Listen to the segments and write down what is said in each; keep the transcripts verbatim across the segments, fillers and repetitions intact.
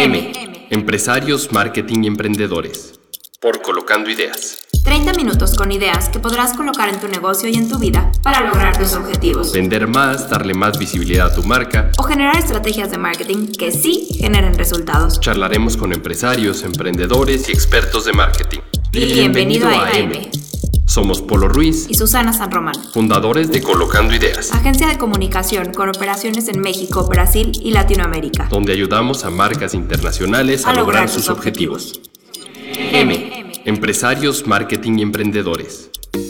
M. Empresarios, marketing y emprendedores. Por Colocando Ideas. treinta minutos con ideas que podrás colocar en tu negocio y en tu vida para lograr tus objetivos. Vender más, darle más visibilidad a tu marca. O generar estrategias de marketing que sí generen resultados. Charlaremos con empresarios, emprendedores y expertos de marketing. Bienvenido, Bienvenido a, a M. Somos Polo Ruiz y Susana San Román, fundadores de Colocando Ideas, agencia de comunicación con operaciones en México, Brasil y Latinoamérica, donde ayudamos a marcas internacionales a, a lograr, lograr sus objetivos. objetivos. M. M. Empresarios, marketing y emprendedores.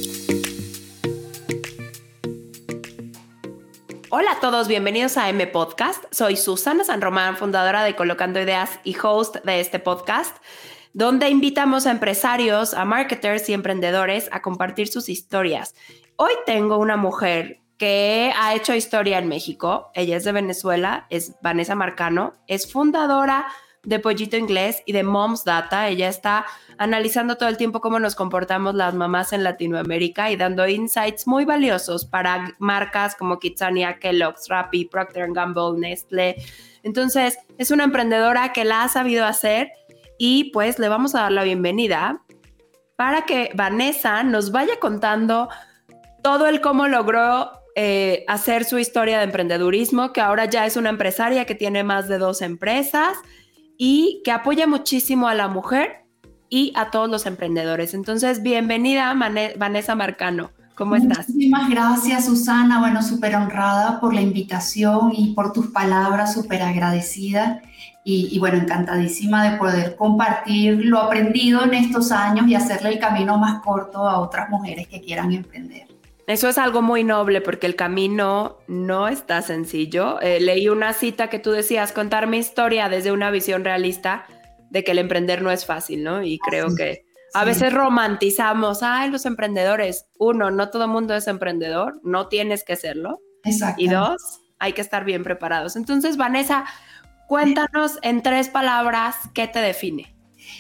Hola a todos, bienvenidos a M Podcast. Soy Susana San Román, fundadora de Colocando Ideas y host de este podcast, donde invitamos a empresarios, a marketers y emprendedores a compartir sus historias. Hoy tengo una mujer que ha hecho historia en México. Ella es de Venezuela, es Vanessa Marcano, es fundadora de Pollito Inglés y de Moms Data. Ella está analizando todo el tiempo cómo nos comportamos las mamás en Latinoamérica y dando insights muy valiosos para marcas como Kitsania, Kellogg's, Rappi, Procter and Gamble, Nestlé. Entonces, es una emprendedora que la ha sabido hacer. Y pues le vamos a dar la bienvenida para que Vanessa nos vaya contando todo el cómo logró eh, hacer su historia de emprendedurismo, que ahora ya es una empresaria que tiene más de dos empresas y que apoya muchísimo a la mujer y a todos los emprendedores. Entonces, bienvenida Vanessa Marcano. ¿Cómo estás? Muchísimas gracias, Susana. Bueno, súper honrada por la invitación y por tus palabras, súper agradecida. Y, y bueno, encantadísima de poder compartir lo aprendido en estos años y hacerle el camino más corto a otras mujeres que quieran emprender. Eso es algo muy noble porque el camino no está sencillo. Eh, leí una cita que tú decías, contar mi historia desde una visión realista de que el emprender no es fácil, ¿no? Y creo Así. que a sí. veces romantizamos, ay, los emprendedores. Uno, no todo el mundo es emprendedor, no tienes que serlo. Exacto. Y dos, hay que estar bien preparados. Entonces, Vanessa, cuéntanos en tres palabras qué te define.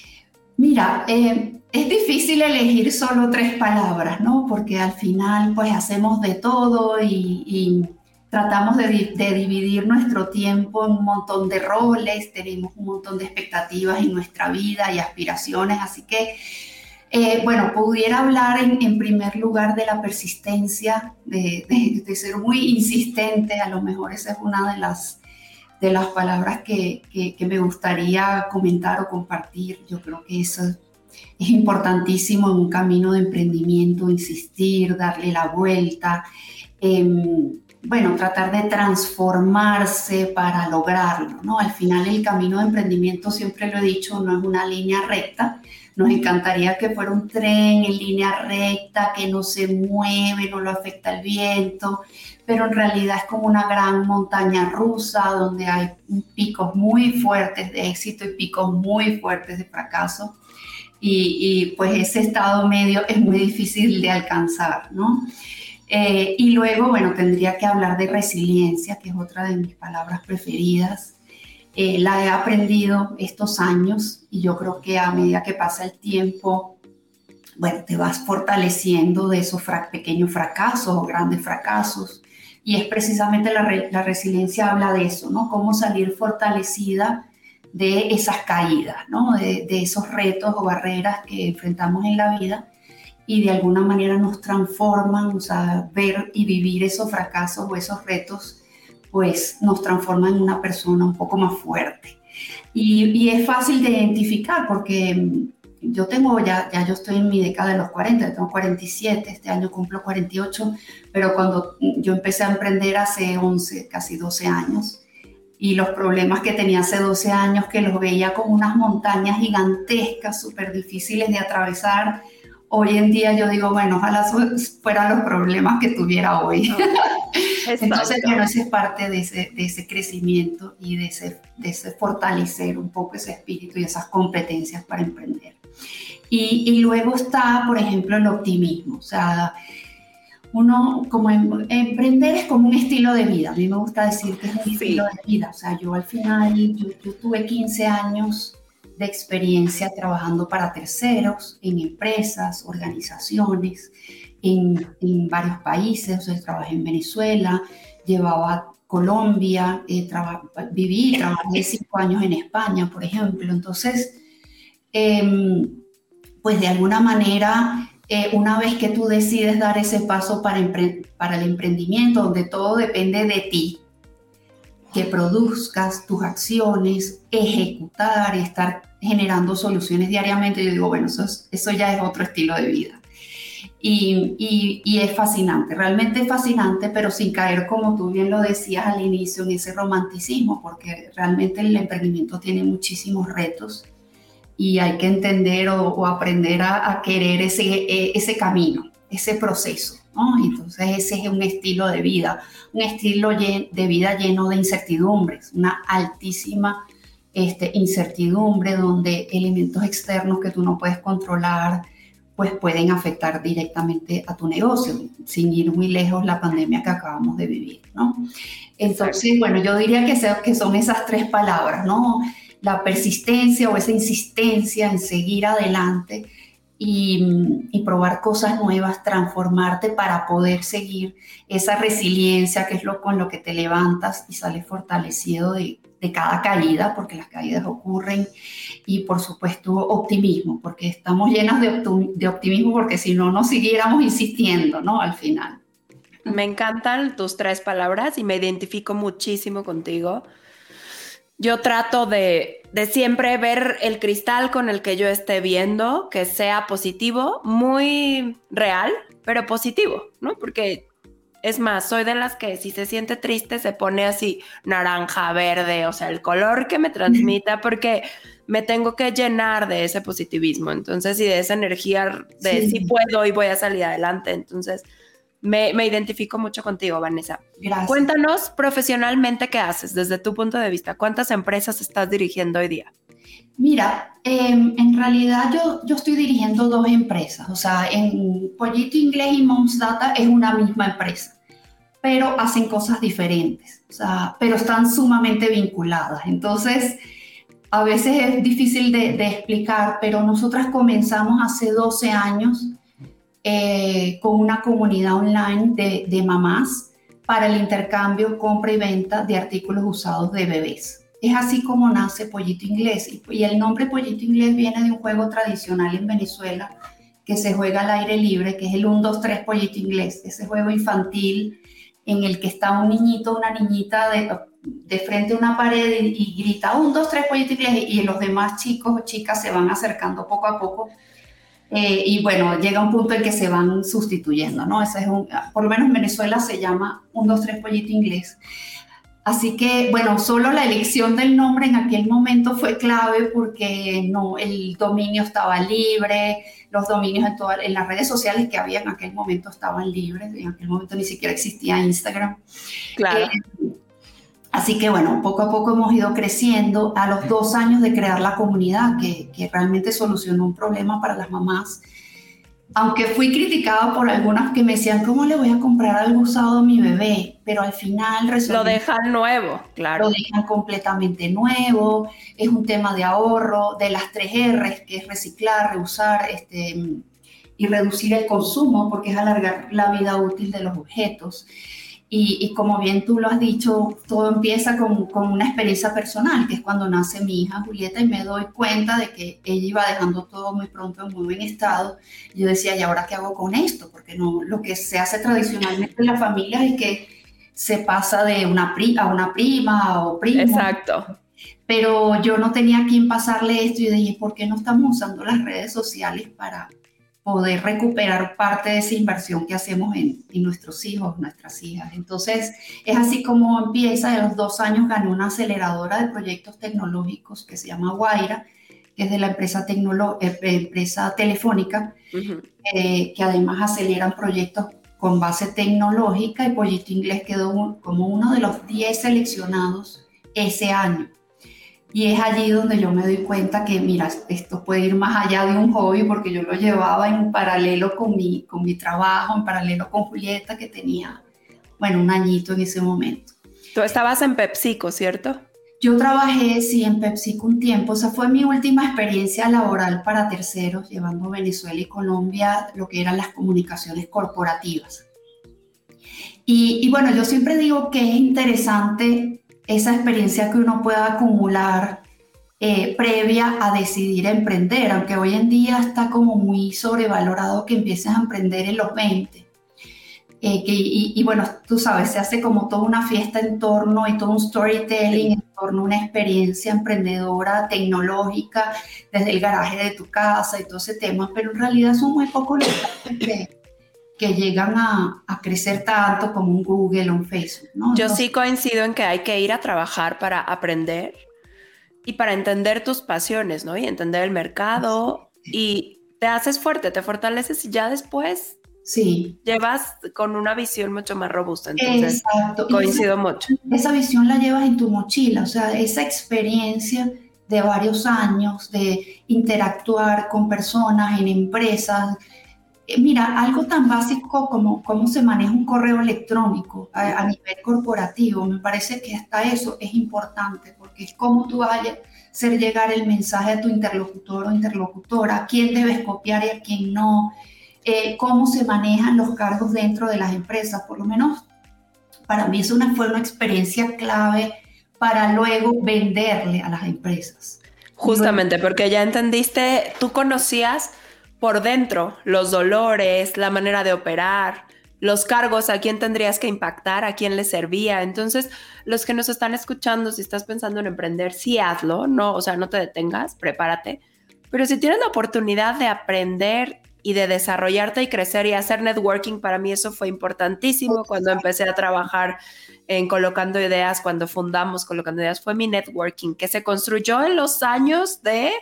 Mira, eh, es difícil elegir solo tres palabras, ¿no? Porque al final pues hacemos de todo y, y tratamos de, de dividir nuestro tiempo en un montón de roles, tenemos un montón de expectativas en nuestra vida y aspiraciones, así que eh, bueno, pudiera hablar en, en primer lugar de la persistencia, de, de, de ser muy insistente. A lo mejor esa es una de las de las palabras que, que, que me gustaría comentar o compartir. Yo creo que eso es importantísimo en un camino de emprendimiento, insistir, darle la vuelta, eh, bueno, tratar de transformarse para lograrlo, ¿no? Al final el camino de emprendimiento, siempre lo he dicho, no es una línea recta. Nos encantaría que fuera un tren en línea recta, que no se mueve, no lo afecta el viento, pero en realidad es como una gran montaña rusa donde hay picos muy fuertes de éxito y picos muy fuertes de fracaso. Y, y pues ese estado medio es muy difícil de alcanzar, ¿no? Eh, y luego, bueno, tendría que hablar de resiliencia, que es otra de mis palabras preferidas. Eh, la he aprendido estos años y yo creo que a medida que pasa el tiempo, bueno, te vas fortaleciendo de esos fra- pequeños fracasos o grandes fracasos. Y es precisamente la, re- la resiliencia habla de eso, ¿no? Cómo salir fortalecida de esas caídas, ¿no? De, de esos retos o barreras que enfrentamos en la vida y de alguna manera nos transforman, o sea, ver y vivir esos fracasos o esos retos pues nos transforma en una persona un poco más fuerte. Y, y es fácil de identificar porque yo tengo ya, ya yo estoy en mi década de los cuarenta, tengo cuarenta y siete, este año cumplo cuarenta y ocho, pero cuando yo empecé a emprender hace once, casi doce años, y los problemas que tenía hace doce años, que los veía como unas montañas gigantescas, súper difíciles de atravesar, hoy en día yo digo, bueno, ojalá fueran los problemas que tuviera hoy. No. Entonces, bueno, esa es parte de ese, de ese crecimiento y de ese, de ese fortalecer un poco ese espíritu y esas competencias para emprender. Y, y luego está, por ejemplo, el optimismo. O sea, uno, como em, emprender es como un estilo de vida. A mí me gusta decir que es un sí. estilo de vida. O sea, yo al final, yo, yo tuve quince años de experiencia trabajando para terceros, en empresas, organizaciones, en, en varios países. O sea, trabajé en Venezuela, llevaba Colombia, eh, traba, viví, trabajé cinco años en España, por ejemplo. Entonces, eh, pues de alguna manera, eh, una vez que tú decides dar ese paso para, empre- para el emprendimiento, donde todo depende de ti, que produzcas tus acciones, ejecutar y estar generando soluciones diariamente, yo digo, bueno, eso, es, eso ya es otro estilo de vida. Y, y, y es fascinante, realmente es fascinante, pero sin caer, como tú bien lo decías al inicio, en ese romanticismo, porque realmente el emprendimiento tiene muchísimos retos y hay que entender o, o aprender a, a querer ese, ese camino, ese proceso, ¿no? Entonces ese es un estilo de vida, un estilo de vida lleno de incertidumbres, una altísima este, incertidumbre donde elementos externos que tú no puedes controlar pues pueden afectar directamente a tu negocio, sin ir muy lejos la pandemia que acabamos de vivir, ¿no? Entonces, bueno, yo diría que, sea, que son esas tres palabras, ¿no? La persistencia o esa insistencia en seguir adelante y, y probar cosas nuevas, transformarte para poder seguir esa resiliencia que es lo con lo que te levantas y sales fortalecido de, de cada caída, porque las caídas ocurren, y por supuesto optimismo, porque estamos llenos de, optim- de optimismo, porque si no, no siguiéramos insistiendo, ¿no? Al final. Me encantan tus tres palabras y me identifico muchísimo contigo. Yo trato de, de siempre ver el cristal con el que yo esté viendo, que sea positivo, muy real, pero positivo, ¿no? Porque es más, soy de las que si se siente triste se pone así naranja, verde, o sea, el color que me transmita, porque me tengo que llenar de ese positivismo, entonces, y de esa energía de sí, sí puedo y voy a salir adelante. Entonces, me, me identifico mucho contigo, Vanessa. Gracias. Cuéntanos profesionalmente qué haces desde tu punto de vista. ¿Cuántas empresas estás dirigiendo hoy día? Mira, eh, en realidad yo, yo estoy dirigiendo dos empresas, o sea, en Pollito Inglés y Moms Data es una misma empresa, pero hacen cosas diferentes, o sea, pero están sumamente vinculadas. Entonces, a veces es difícil de, de explicar, pero nosotras comenzamos hace doce años eh, con una comunidad online de, de mamás para el intercambio, compra y venta de artículos usados de bebés. Es así como nace Pollito Inglés, y el nombre Pollito Inglés viene de un juego tradicional en Venezuela que se juega al aire libre, que es el uno, dos, tres Pollito Inglés, ese juego infantil en el que está un niñito, una niñita de, de frente a una pared y, y grita uno, dos, tres Pollito Inglés, y los demás chicos o chicas se van acercando poco a poco, eh, y bueno, llega un punto en que se van sustituyendo, ¿no? Ese es un, por lo menos en Venezuela se llama uno, dos, tres Pollito Inglés. Así que, bueno, solo la elección del nombre en aquel momento fue clave porque no, el dominio estaba libre, los dominios en, todas, en las redes sociales que había en aquel momento estaban libres, en aquel momento ni siquiera existía Instagram. Claro. Eh, así que, bueno, poco a poco hemos ido creciendo. A los dos años de crear la comunidad, que, que realmente solucionó un problema para las mamás, aunque fui criticada por algunas que me decían, ¿cómo le voy a comprar algo usado a mi bebé? Pero al final resolví. Lo dejan nuevo, claro. Lo dejan completamente nuevo. Es un tema de ahorro, de las tres R's, que es reciclar, reusar este, y reducir el consumo, porque es alargar la vida útil de los objetos. Y, y como bien tú lo has dicho, todo empieza con, con una experiencia personal, que es cuando nace mi hija Julieta y me doy cuenta de que ella iba dejando todo muy pronto en muy buen estado. Yo decía, ¿y ahora qué hago con esto? Porque no, lo que se hace tradicionalmente en la familia es que se pasa de una pri- a una prima o primo. Exacto. Pero yo no tenía a quién pasarle esto y dije, ¿por qué no estamos usando las redes sociales para poder recuperar parte de esa inversión que hacemos en, en nuestros hijos, nuestras hijas? Entonces, es así como empieza. De los dos años gané una aceleradora de proyectos tecnológicos que se llama Guaira, que es de la empresa, tecnolo- eh, empresa telefónica, uh-huh. eh, que además aceleran proyectos con base tecnológica, y Pollito Inglés quedó un, como uno de los diez seleccionados ese año. Y es allí donde yo me doy cuenta que, mira, esto puede ir más allá de un hobby, porque yo lo llevaba en paralelo con mi, con mi trabajo, en paralelo con Julieta, que tenía, bueno, un añito en ese momento. Tú estabas en PepsiCo, ¿cierto? Yo trabajé, sí, en PepsiCo un tiempo. Esa fue mi última experiencia laboral para terceros, llevando a Venezuela y Colombia lo que eran las comunicaciones corporativas. Y, y bueno, yo siempre digo que es interesante esa experiencia que uno pueda acumular eh, previa a decidir emprender, aunque hoy en día está como muy sobrevalorado que empieces a emprender en los veinte. Eh, que, y, y bueno, tú sabes, se hace como toda una fiesta en torno y todo un storytelling en torno a una experiencia emprendedora, tecnológica, desde el garaje de tu casa y todo ese tema, pero en realidad son muy pocos los que, que llegan a, a crecer tanto como un Google o un Facebook, ¿no? Yo Entonces, sí coincido en que hay que ir a trabajar para aprender y para entender tus pasiones, ¿no? Y entender el mercado y te haces fuerte, te fortaleces y ya después sí. llevas con una visión mucho más robusta. Entonces, Exacto. coincido esa, mucho. Esa visión la llevas en tu mochila, o sea, esa experiencia de varios años de interactuar con personas en empresas. Eh, Mira, algo tan básico como cómo se maneja un correo electrónico a, a nivel corporativo, me parece que hasta eso es importante, porque es cómo tú vas a hacer llegar el mensaje a tu interlocutor o interlocutora, a quién debes copiar y a quién no. Eh, cómo se manejan los cargos dentro de las empresas, por lo menos para mí eso una, fue una experiencia clave para luego venderle a las empresas. Justamente, porque ya entendiste, tú conocías por dentro los dolores, la manera de operar, los cargos, a quién tendrías que impactar, a quién le servía. Entonces, los que nos están escuchando, si estás pensando en emprender, sí hazlo, no, o sea, no te detengas, prepárate. Pero si tienes la oportunidad de aprender y de desarrollarte y crecer y hacer networking, para mí eso fue importantísimo cuando empecé a trabajar en Colocando Ideas, cuando fundamos Colocando Ideas, fue mi networking, que se construyó en los años de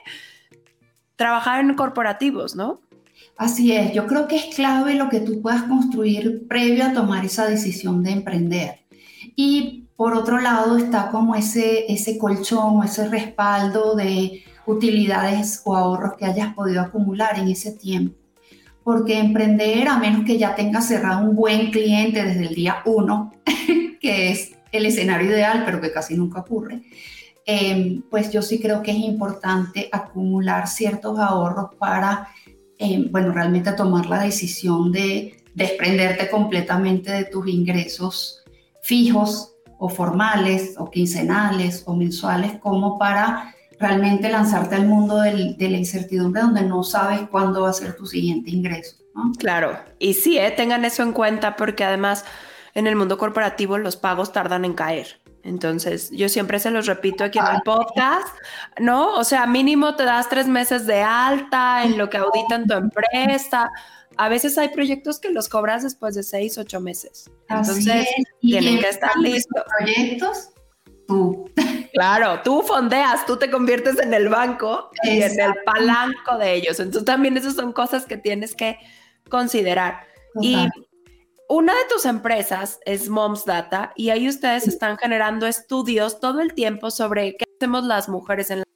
trabajar en corporativos, ¿no? Así es, yo creo que es clave lo que tú puedas construir previo a tomar esa decisión de emprender. Y por otro lado está como ese, ese colchón, ese respaldo de utilidades o ahorros que hayas podido acumular en ese tiempo. Porque emprender, a menos que ya tengas cerrado un buen cliente desde el día uno, que es el escenario ideal, pero que casi nunca ocurre, eh, pues yo sí creo que es importante acumular ciertos ahorros para, eh, bueno, realmente tomar la decisión de desprenderte completamente de tus ingresos fijos o formales o quincenales o mensuales, como para realmente lanzarte al mundo del, de la incertidumbre donde no sabes cuándo va a ser tu siguiente ingreso, ¿no? Claro, y sí, eh, tengan eso en cuenta porque además en el mundo corporativo los pagos tardan en caer. Entonces, yo siempre se los repito aquí en el podcast, ¿no? O sea, mínimo te das tres meses de alta en lo que auditan tu empresa. A veces hay proyectos que los cobras después de seis, ocho meses. Entonces, tienen que estar listos. Proyectos, tú. Claro, tú fondeas, tú te conviertes en el banco y en el palanco de ellos. Entonces también esas son cosas que tienes que considerar. Total. Y una de tus empresas es Moms Data y ahí ustedes sí. están generando estudios todo el tiempo sobre qué hacemos las mujeres en la...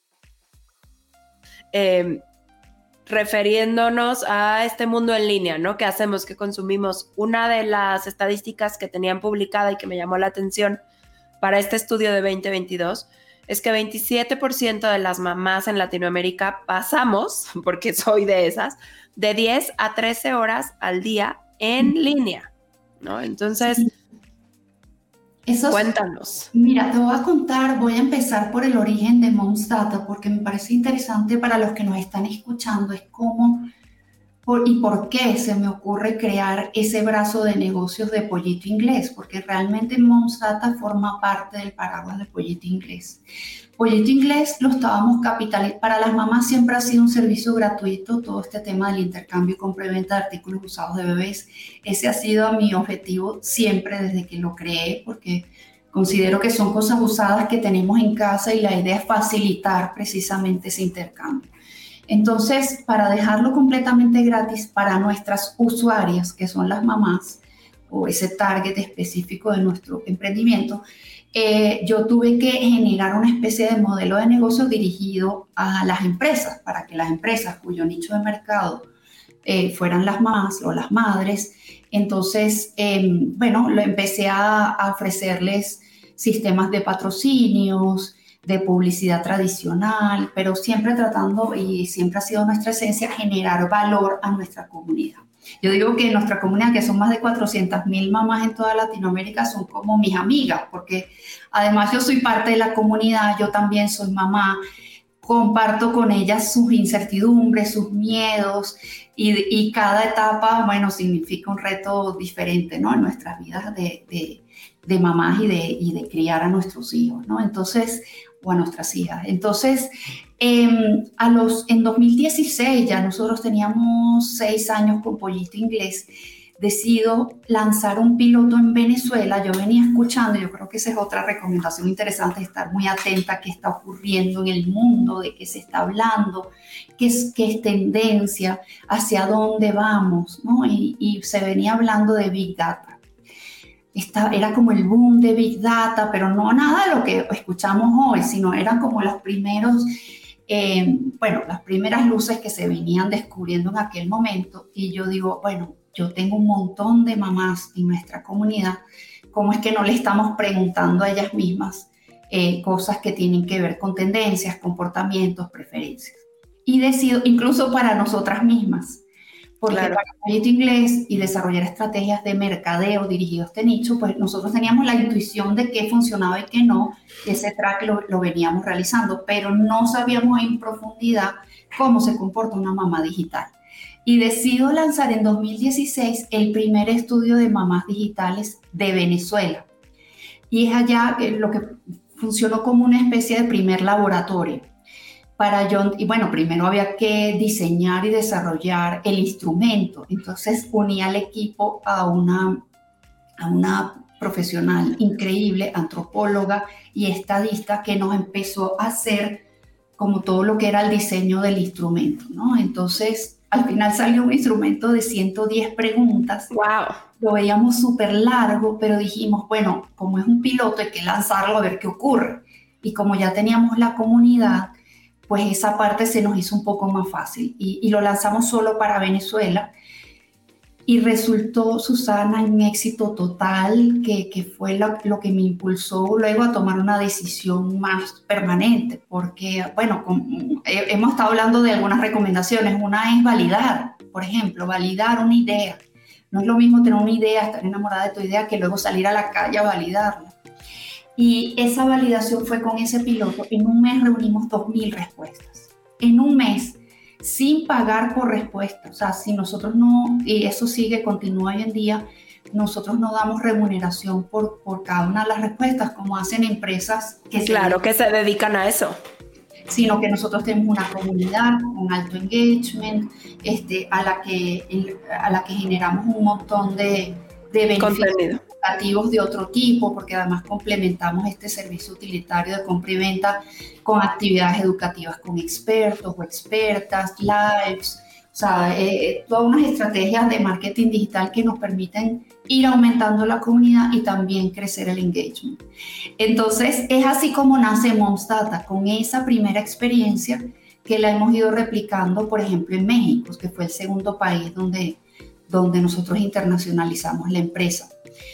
Eh, refiriéndonos a este mundo en línea, ¿no? ¿Qué hacemos? ¿Qué consumimos? Una de las estadísticas que tenían publicada y que me llamó la atención para este estudio de veinte veintidós es que veintisiete por ciento de las mamás en Latinoamérica pasamos, porque soy de esas, de diez a trece horas al día en línea, ¿no? Entonces, sí. Esos, cuéntanos. Mira, te voy a contar, voy a empezar por el origen de Moms Data, porque me parece interesante para los que nos están escuchando, es cómo por, y por qué se me ocurre crear ese brazo de negocios de Pollito Inglés, porque realmente Moms Data forma parte del paraguas de Pollito Inglés. Pollito Inglés lo estábamos capitalizando, para las mamás siempre ha sido un servicio gratuito, todo este tema del intercambio y compra-venta de artículos usados de bebés. Ese ha sido mi objetivo siempre desde que lo creé, porque considero que son cosas usadas que tenemos en casa y la idea es facilitar precisamente ese intercambio. Entonces, para dejarlo completamente gratis para nuestras usuarias, que son las mamás, o ese target específico de nuestro emprendimiento, Eh, yo tuve que generar una especie de modelo de negocio dirigido a las empresas, para que las empresas cuyo nicho de mercado eh, fueran las mamás o las madres. Entonces, eh, bueno, lo empecé a, a ofrecerles sistemas de patrocinios, de publicidad tradicional, pero siempre tratando, y siempre ha sido nuestra esencia, generar valor a nuestra comunidad. Yo digo que en nuestra comunidad, que son más de cuatrocientas mil mamás en toda Latinoamérica, son como mis amigas, porque además yo soy parte de la comunidad, yo también soy mamá, comparto con ellas sus incertidumbres, sus miedos, y, y cada etapa, bueno, significa un reto diferente, ¿no? En nuestras vidas de, de, de mamás y de, y de criar a nuestros hijos, ¿no? Entonces, o a nuestras hijas. Entonces, eh, a los, en dos mil dieciséis ya nosotros teníamos seis años con Pollito Inglés. Decido lanzar un piloto en Venezuela. Yo venía escuchando, yo creo que esa es otra recomendación interesante, estar muy atenta a qué está ocurriendo en el mundo, de qué se está hablando, qué es, qué es tendencia, hacia dónde vamos, ¿no? Y, y se venía hablando de Big Data. Esta, era como el boom de Big Data, pero no nada de lo que escuchamos hoy, sino eran como los primeros, eh, bueno, las primeras luces que se venían descubriendo en aquel momento. Y yo digo, bueno, yo tengo un montón de mamás en nuestra comunidad, ¿cómo es que no le estamos preguntando a ellas mismas eh, cosas que tienen que ver con tendencias, comportamientos, preferencias? Y decido, incluso para nosotras mismas, porque claro, para Pollito Inglés y desarrollar estrategias de mercadeo dirigidos a este nicho, pues nosotros teníamos la intuición de qué funcionaba y qué no, ese track lo, lo veníamos realizando, pero no sabíamos en profundidad cómo se comporta una mamá digital. Y decido lanzar en dos mil dieciséis el primer estudio de mamás digitales de Venezuela. Y es allá lo que funcionó como una especie de primer laboratorio. Para yo, y bueno, primero había que diseñar y desarrollar el instrumento. Entonces uní al equipo a una, a una profesional increíble, antropóloga y estadista, que nos empezó a hacer como todo lo que era el diseño del instrumento, ¿no? Entonces, al final salió un instrumento de ciento diez preguntas. ¡Wow! Lo veíamos súper largo, pero dijimos, bueno, como es un piloto, hay que lanzarlo a ver qué ocurre. Y como ya teníamos la comunidad, pues esa parte se nos hizo un poco más fácil. Y, y lo lanzamos solo para Venezuela. Y resultó, Susana, un éxito total, que, que fue lo, lo que me impulsó luego a tomar una decisión más permanente. Porque, bueno, con, he, hemos estado hablando de algunas recomendaciones. Una es validar, por ejemplo, validar una idea. No es lo mismo tener una idea, estar enamorada de tu idea, que luego salir a la calle a validarla. Y esa validación fue con ese piloto. En un mes reunimos dos mil respuestas. En un mes, sin pagar por respuesta. O sea, si nosotros no, y eso sigue, continúa hoy en día, nosotros no damos remuneración por, por cada una de las respuestas, como hacen empresas que claro, se, que se dedican a eso. Sino que nosotros tenemos una comunidad con alto engagement, este, a, la que, a la que generamos un montón de, de beneficios educativos de otro tipo, porque además complementamos este servicio utilitario de compra y venta con actividades educativas con expertos o expertas, lives, o sea, eh, todas unas estrategias de marketing digital que nos permiten ir aumentando la comunidad y también crecer el engagement. Entonces, es así como nace Moms Data, con esa primera experiencia que la hemos ido replicando, por ejemplo, en México, que fue el segundo país donde, donde nosotros internacionalizamos la empresa.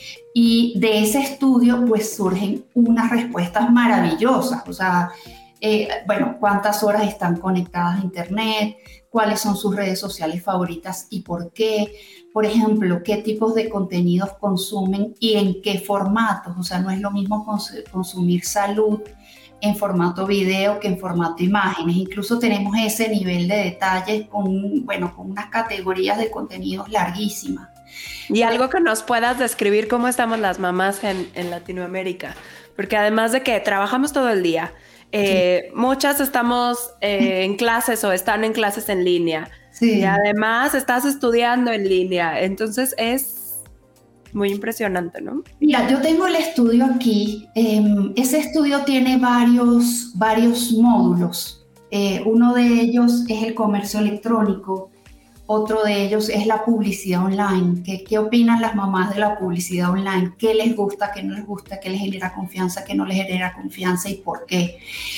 Y de ese estudio, pues, surgen unas respuestas maravillosas, o sea, eh, bueno, cuántas horas están conectadas a Internet, cuáles son sus redes sociales favoritas y por qué, por ejemplo, qué tipos de contenidos consumen y en qué formatos, o sea, no es lo mismo cons- consumir salud en formato video que en formato imágenes, incluso tenemos ese nivel de detalles con, bueno, con unas categorías de contenidos larguísimas. Y algo que nos puedas describir cómo estamos las mamás en, en Latinoamérica, porque además de que trabajamos todo el día, eh, sí. muchas estamos eh, en clases o están en clases en línea, sí. y además estás estudiando en línea, entonces es muy impresionante, ¿no? Mira, yo tengo el estudio aquí, eh, ese estudio tiene varios, varios módulos, eh, uno de ellos es el comercio electrónico. Otro de ellos es la publicidad online. ¿Qué, ¿Qué opinan las mamás de la publicidad online? ¿Qué les gusta, qué no les gusta, qué les genera confianza, qué no les genera confianza y por qué?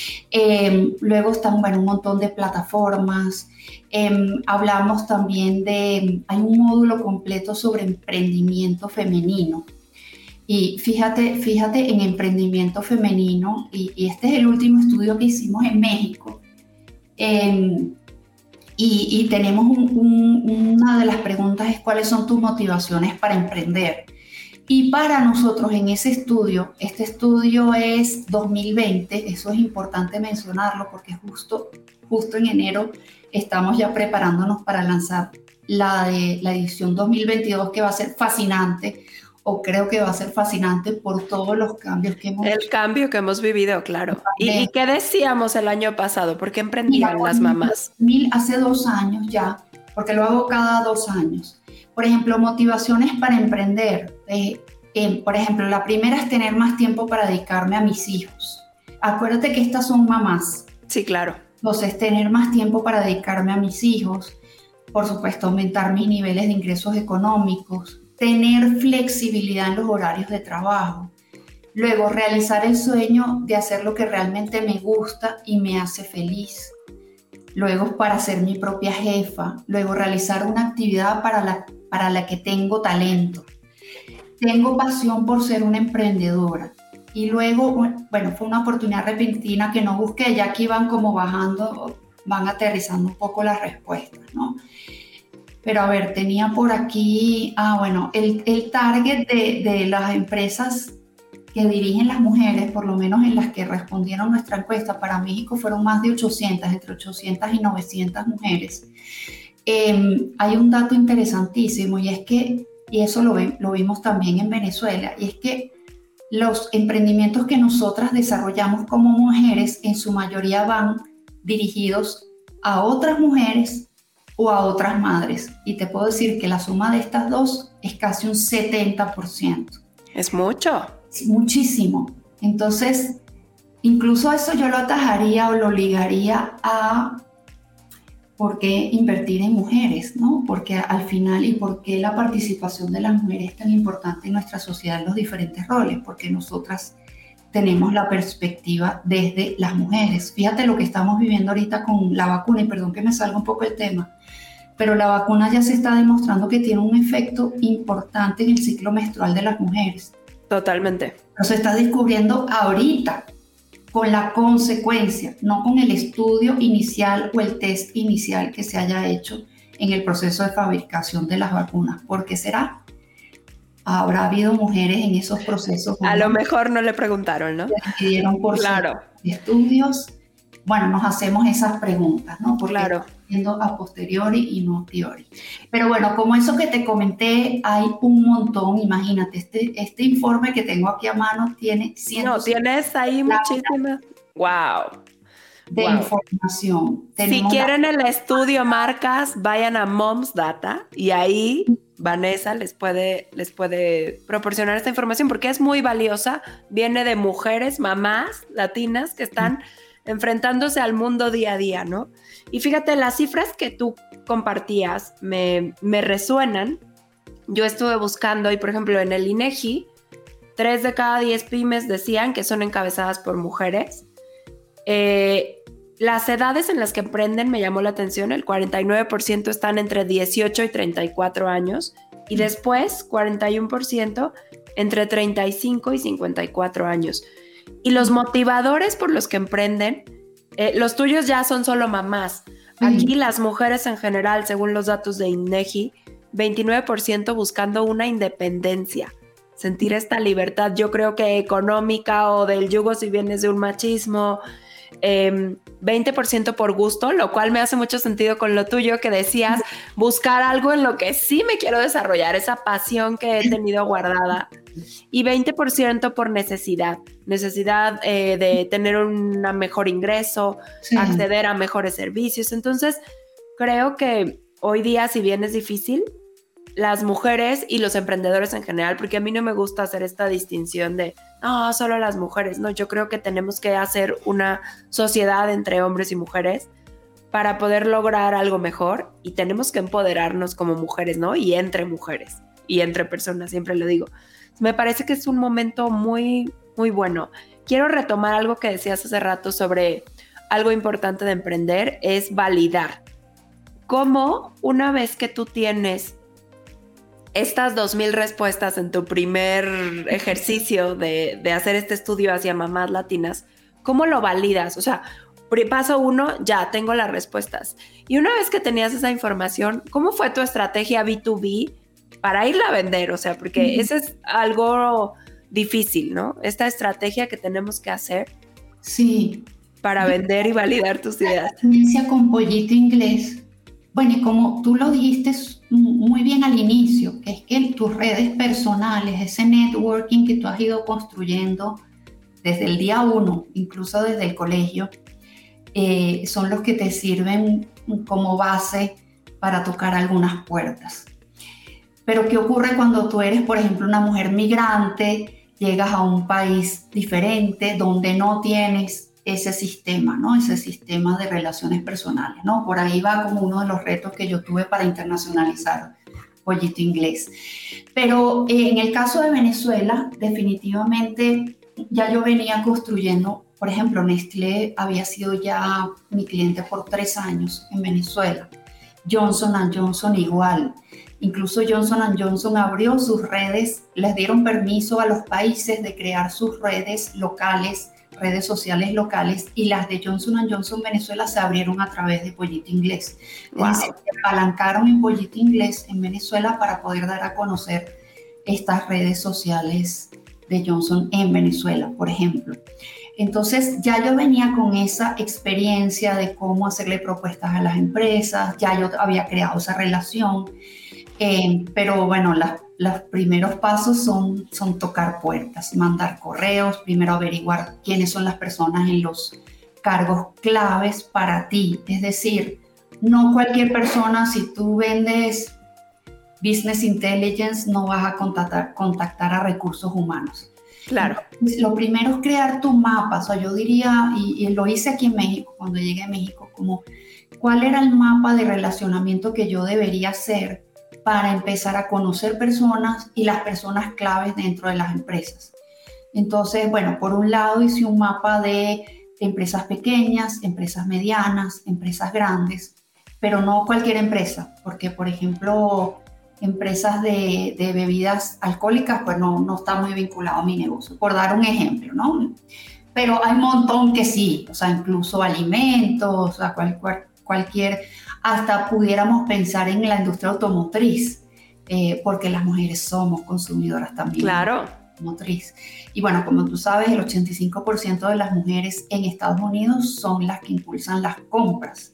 Eh, luego están, bueno, un montón de plataformas. Eh, hablamos también de, hay un módulo completo sobre emprendimiento femenino. Y fíjate, fíjate en emprendimiento femenino, y, y este es el último estudio que hicimos en México. Eh, Y, y tenemos un, un, una de las preguntas es ¿cuáles son tus motivaciones para emprender? Y para nosotros en ese estudio, este estudio es dos mil veinte, eso es importante mencionarlo porque justo, justo en enero estamos ya preparándonos para lanzar la, de, la edición dos mil veintidós, que va a ser fascinante, o creo que va a ser fascinante por todos los cambios que hemos... El cambio que hemos vivido, claro. ¿Y, ¿Y qué decíamos el año pasado? ¿Por qué emprendían Mira, las mamás? Mil, hace dos años ya, porque lo hago cada dos años. Por ejemplo, motivaciones para emprender. Eh, eh, por ejemplo, la primera es tener más tiempo para dedicarme a mis hijos. Acuérdate que estas son mamás. Sí, claro. Entonces, tener más tiempo para dedicarme a mis hijos. Por supuesto, aumentar mis niveles de ingresos económicos. Tener flexibilidad en los horarios de trabajo. Luego, realizar el sueño de hacer lo que realmente me gusta y me hace feliz. Luego, para ser mi propia jefa. Luego, realizar una actividad para la, para la que tengo talento. Tengo pasión por ser una emprendedora. Y luego, bueno, fue una oportunidad repentina que no busqué, ya aquí van como bajando, van aterrizando un poco las respuestas, ¿no? Pero a ver, tenía por aquí, ah, bueno, el, el target de, de las empresas que dirigen las mujeres, por lo menos en las que respondieron nuestra encuesta, para México fueron más de ochocientas, entre ochocientas y novecientas mujeres. Eh, hay un dato interesantísimo y es que, y eso lo, ve, lo vimos también en Venezuela, y es que los emprendimientos que nosotras desarrollamos como mujeres en su mayoría van dirigidos a otras mujeres o a otras madres. Y te puedo decir que la suma de estas dos es casi un setenta por ciento. Es mucho. Sí, muchísimo. Entonces, incluso eso yo lo atajaría o lo ligaría a por qué invertir en mujeres, ¿no? Porque al final, y por qué la participación de las mujeres es tan importante en nuestra sociedad en los diferentes roles, porque nosotras tenemos la perspectiva desde las mujeres. Fíjate lo que estamos viviendo ahorita con la vacuna, y perdón que me salga un poco el tema, pero la vacuna ya se está demostrando que tiene un efecto importante en el ciclo menstrual de las mujeres. Totalmente. Pero se está descubriendo ahorita, con la consecuencia, no con el estudio inicial o el test inicial que se haya hecho en el proceso de fabricación de las vacunas. ¿Por qué será? Habrá habido mujeres en esos procesos. A lo mejor no le preguntaron, ¿no? Decidieron por claro. estudios. Bueno, nos hacemos esas preguntas, ¿no? Porque claro. Estamos viendo a posteriori y no a priori. Pero bueno, como eso que te comenté, hay un montón. Imagínate, este, este informe que tengo aquí a mano tiene cientos. No, tienes ahí muchísimas. ¡Wow! De wow. información. Tenemos si quieren la... el estudio marcas, vayan a Moms Data y ahí Vanessa les puede, les puede proporcionar esta información porque es muy valiosa. Viene de mujeres, mamás latinas que están enfrentándose al mundo día a día, ¿no? Y fíjate, las cifras que tú compartías me, me resuenan. Yo estuve buscando y, por ejemplo, en el INEGI, tres de cada diez pymes decían que son encabezadas por mujeres. Eh, las edades en las que emprenden me llamó la atención. El cuarenta y nueve por ciento están entre dieciocho y treinta y cuatro años. Y después, cuarenta y uno por ciento entre treinta y cinco y cincuenta y cuatro años. Y los motivadores por los que emprenden, eh, los tuyos ya son solo mamás. Aquí sí. Las mujeres en general, según los datos de INEGI, veintinueve por ciento buscando una independencia, sentir esta libertad, yo creo que económica o del yugo si vienes de un machismo, eh, veinte por ciento por gusto, lo cual me hace mucho sentido con lo tuyo que decías, buscar algo en lo que sí me quiero desarrollar, esa pasión que he tenido guardada. Y veinte por ciento por necesidad, necesidad eh, de tener un mejor ingreso, sí. acceder a mejores servicios. Entonces, creo que hoy día, si bien es difícil, las mujeres y los emprendedores en general, porque a mí no me gusta hacer esta distinción de, no, solo las mujeres, no, yo creo que tenemos que hacer una sociedad entre hombres y mujeres para poder lograr algo mejor y tenemos que empoderarnos como mujeres, ¿no? Y entre mujeres y entre personas, siempre lo digo. Me parece que es un momento muy, muy bueno. Quiero retomar algo que decías hace rato sobre algo importante de emprender, es validar. ¿Cómo una vez que tú tienes estas dos mil respuestas en tu primer ejercicio de, de hacer este estudio hacia mamás latinas, cómo lo validas? O sea, paso uno, ya tengo las respuestas. Y una vez que tenías esa información, ¿cómo fue tu estrategia B dos B para irla a vender? O sea, porque mm. ese es algo difícil, ¿no? Esta estrategia que tenemos que hacer. Sí. Para vender y validar tus ideas. La experiencia con Pollito Inglés. Bueno, y como tú lo dijiste muy bien al inicio, que es que tus redes personales, ese networking que tú has ido construyendo desde el día uno, incluso desde el colegio, eh, son los que te sirven como base para tocar algunas puertas. Pero ¿qué ocurre cuando tú eres, por ejemplo, una mujer migrante, llegas a un país diferente donde no tienes ese sistema, ¿no? Ese sistema de relaciones personales, ¿no? Por ahí va como uno de los retos que yo tuve para internacionalizar Pollito Inglés. Pero eh, en el caso de Venezuela, definitivamente ya yo venía construyendo, por ejemplo, Nestlé había sido ya mi cliente por tres años en Venezuela. Johnson and Johnson igual. Incluso Johnson and Johnson abrió sus redes, les dieron permiso a los países de crear sus redes locales, redes sociales locales, y las de Johnson and Johnson Venezuela se abrieron a través de Pollito Inglés. Wow. Se apalancaron en Pollito Inglés en Venezuela para poder dar a conocer estas redes sociales de Johnson en Venezuela, por ejemplo. Entonces ya yo venía con esa experiencia de cómo hacerle propuestas a las empresas, ya yo había creado esa relación, eh, pero bueno, las Los primeros pasos son, son tocar puertas, mandar correos, primero averiguar quiénes son las personas en los cargos claves para ti. Es decir, no cualquier persona, si tú vendes Business Intelligence, no vas a contactar, contactar a recursos humanos. Claro. Entonces, lo primero es crear tu mapa. O sea, yo diría, y, y lo hice aquí en México, cuando llegué a México, como cuál era el mapa de relacionamiento que yo debería hacer para empezar a conocer personas y las personas claves dentro de las empresas. Entonces, bueno, por un lado hice un mapa de empresas pequeñas, empresas medianas, empresas grandes, pero no cualquier empresa, porque, por ejemplo, empresas de, de bebidas alcohólicas, pues no, no está muy vinculado a mi negocio, por dar un ejemplo, ¿no? Pero hay un montón que sí, o sea, incluso alimentos, o sea, cual, cual, cualquier... hasta pudiéramos pensar en la industria automotriz, eh, porque las mujeres somos consumidoras también. Claro. Automotriz. Y bueno, como tú sabes, el ochenta y cinco por ciento de las mujeres en Estados Unidos son las que impulsan las compras.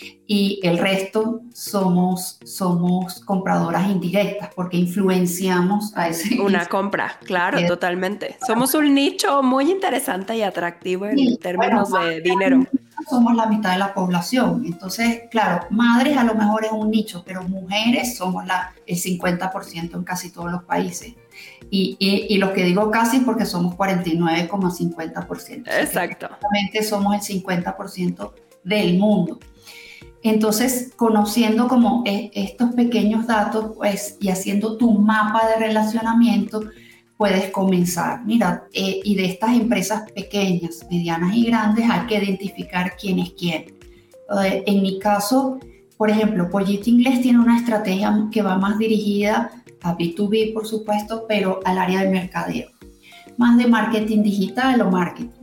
Y el resto somos, somos compradoras indirectas, porque influenciamos a ese... Una compra, claro, es, totalmente. Somos un nicho muy interesante y atractivo en sí, términos bueno, de dinero. Somos la mitad de la población. Entonces, claro, madres a lo mejor es un nicho, pero mujeres somos la, el cincuenta por ciento en casi todos los países. Y, y, y lo que digo casi porque somos cuarenta y nueve coma cincuenta por ciento. Exacto. Exactamente somos el cincuenta por ciento del mundo. Entonces, conociendo como estos pequeños datos, pues, y haciendo tu mapa de relacionamiento, puedes comenzar. Mira, eh, y de estas empresas pequeñas, medianas y grandes, hay que identificar quién es quién. Eh, en mi caso, por ejemplo, Pollito Inglés tiene una estrategia que va más dirigida a B dos B, por supuesto, pero al área de mercadeo, más de marketing digital o marketing.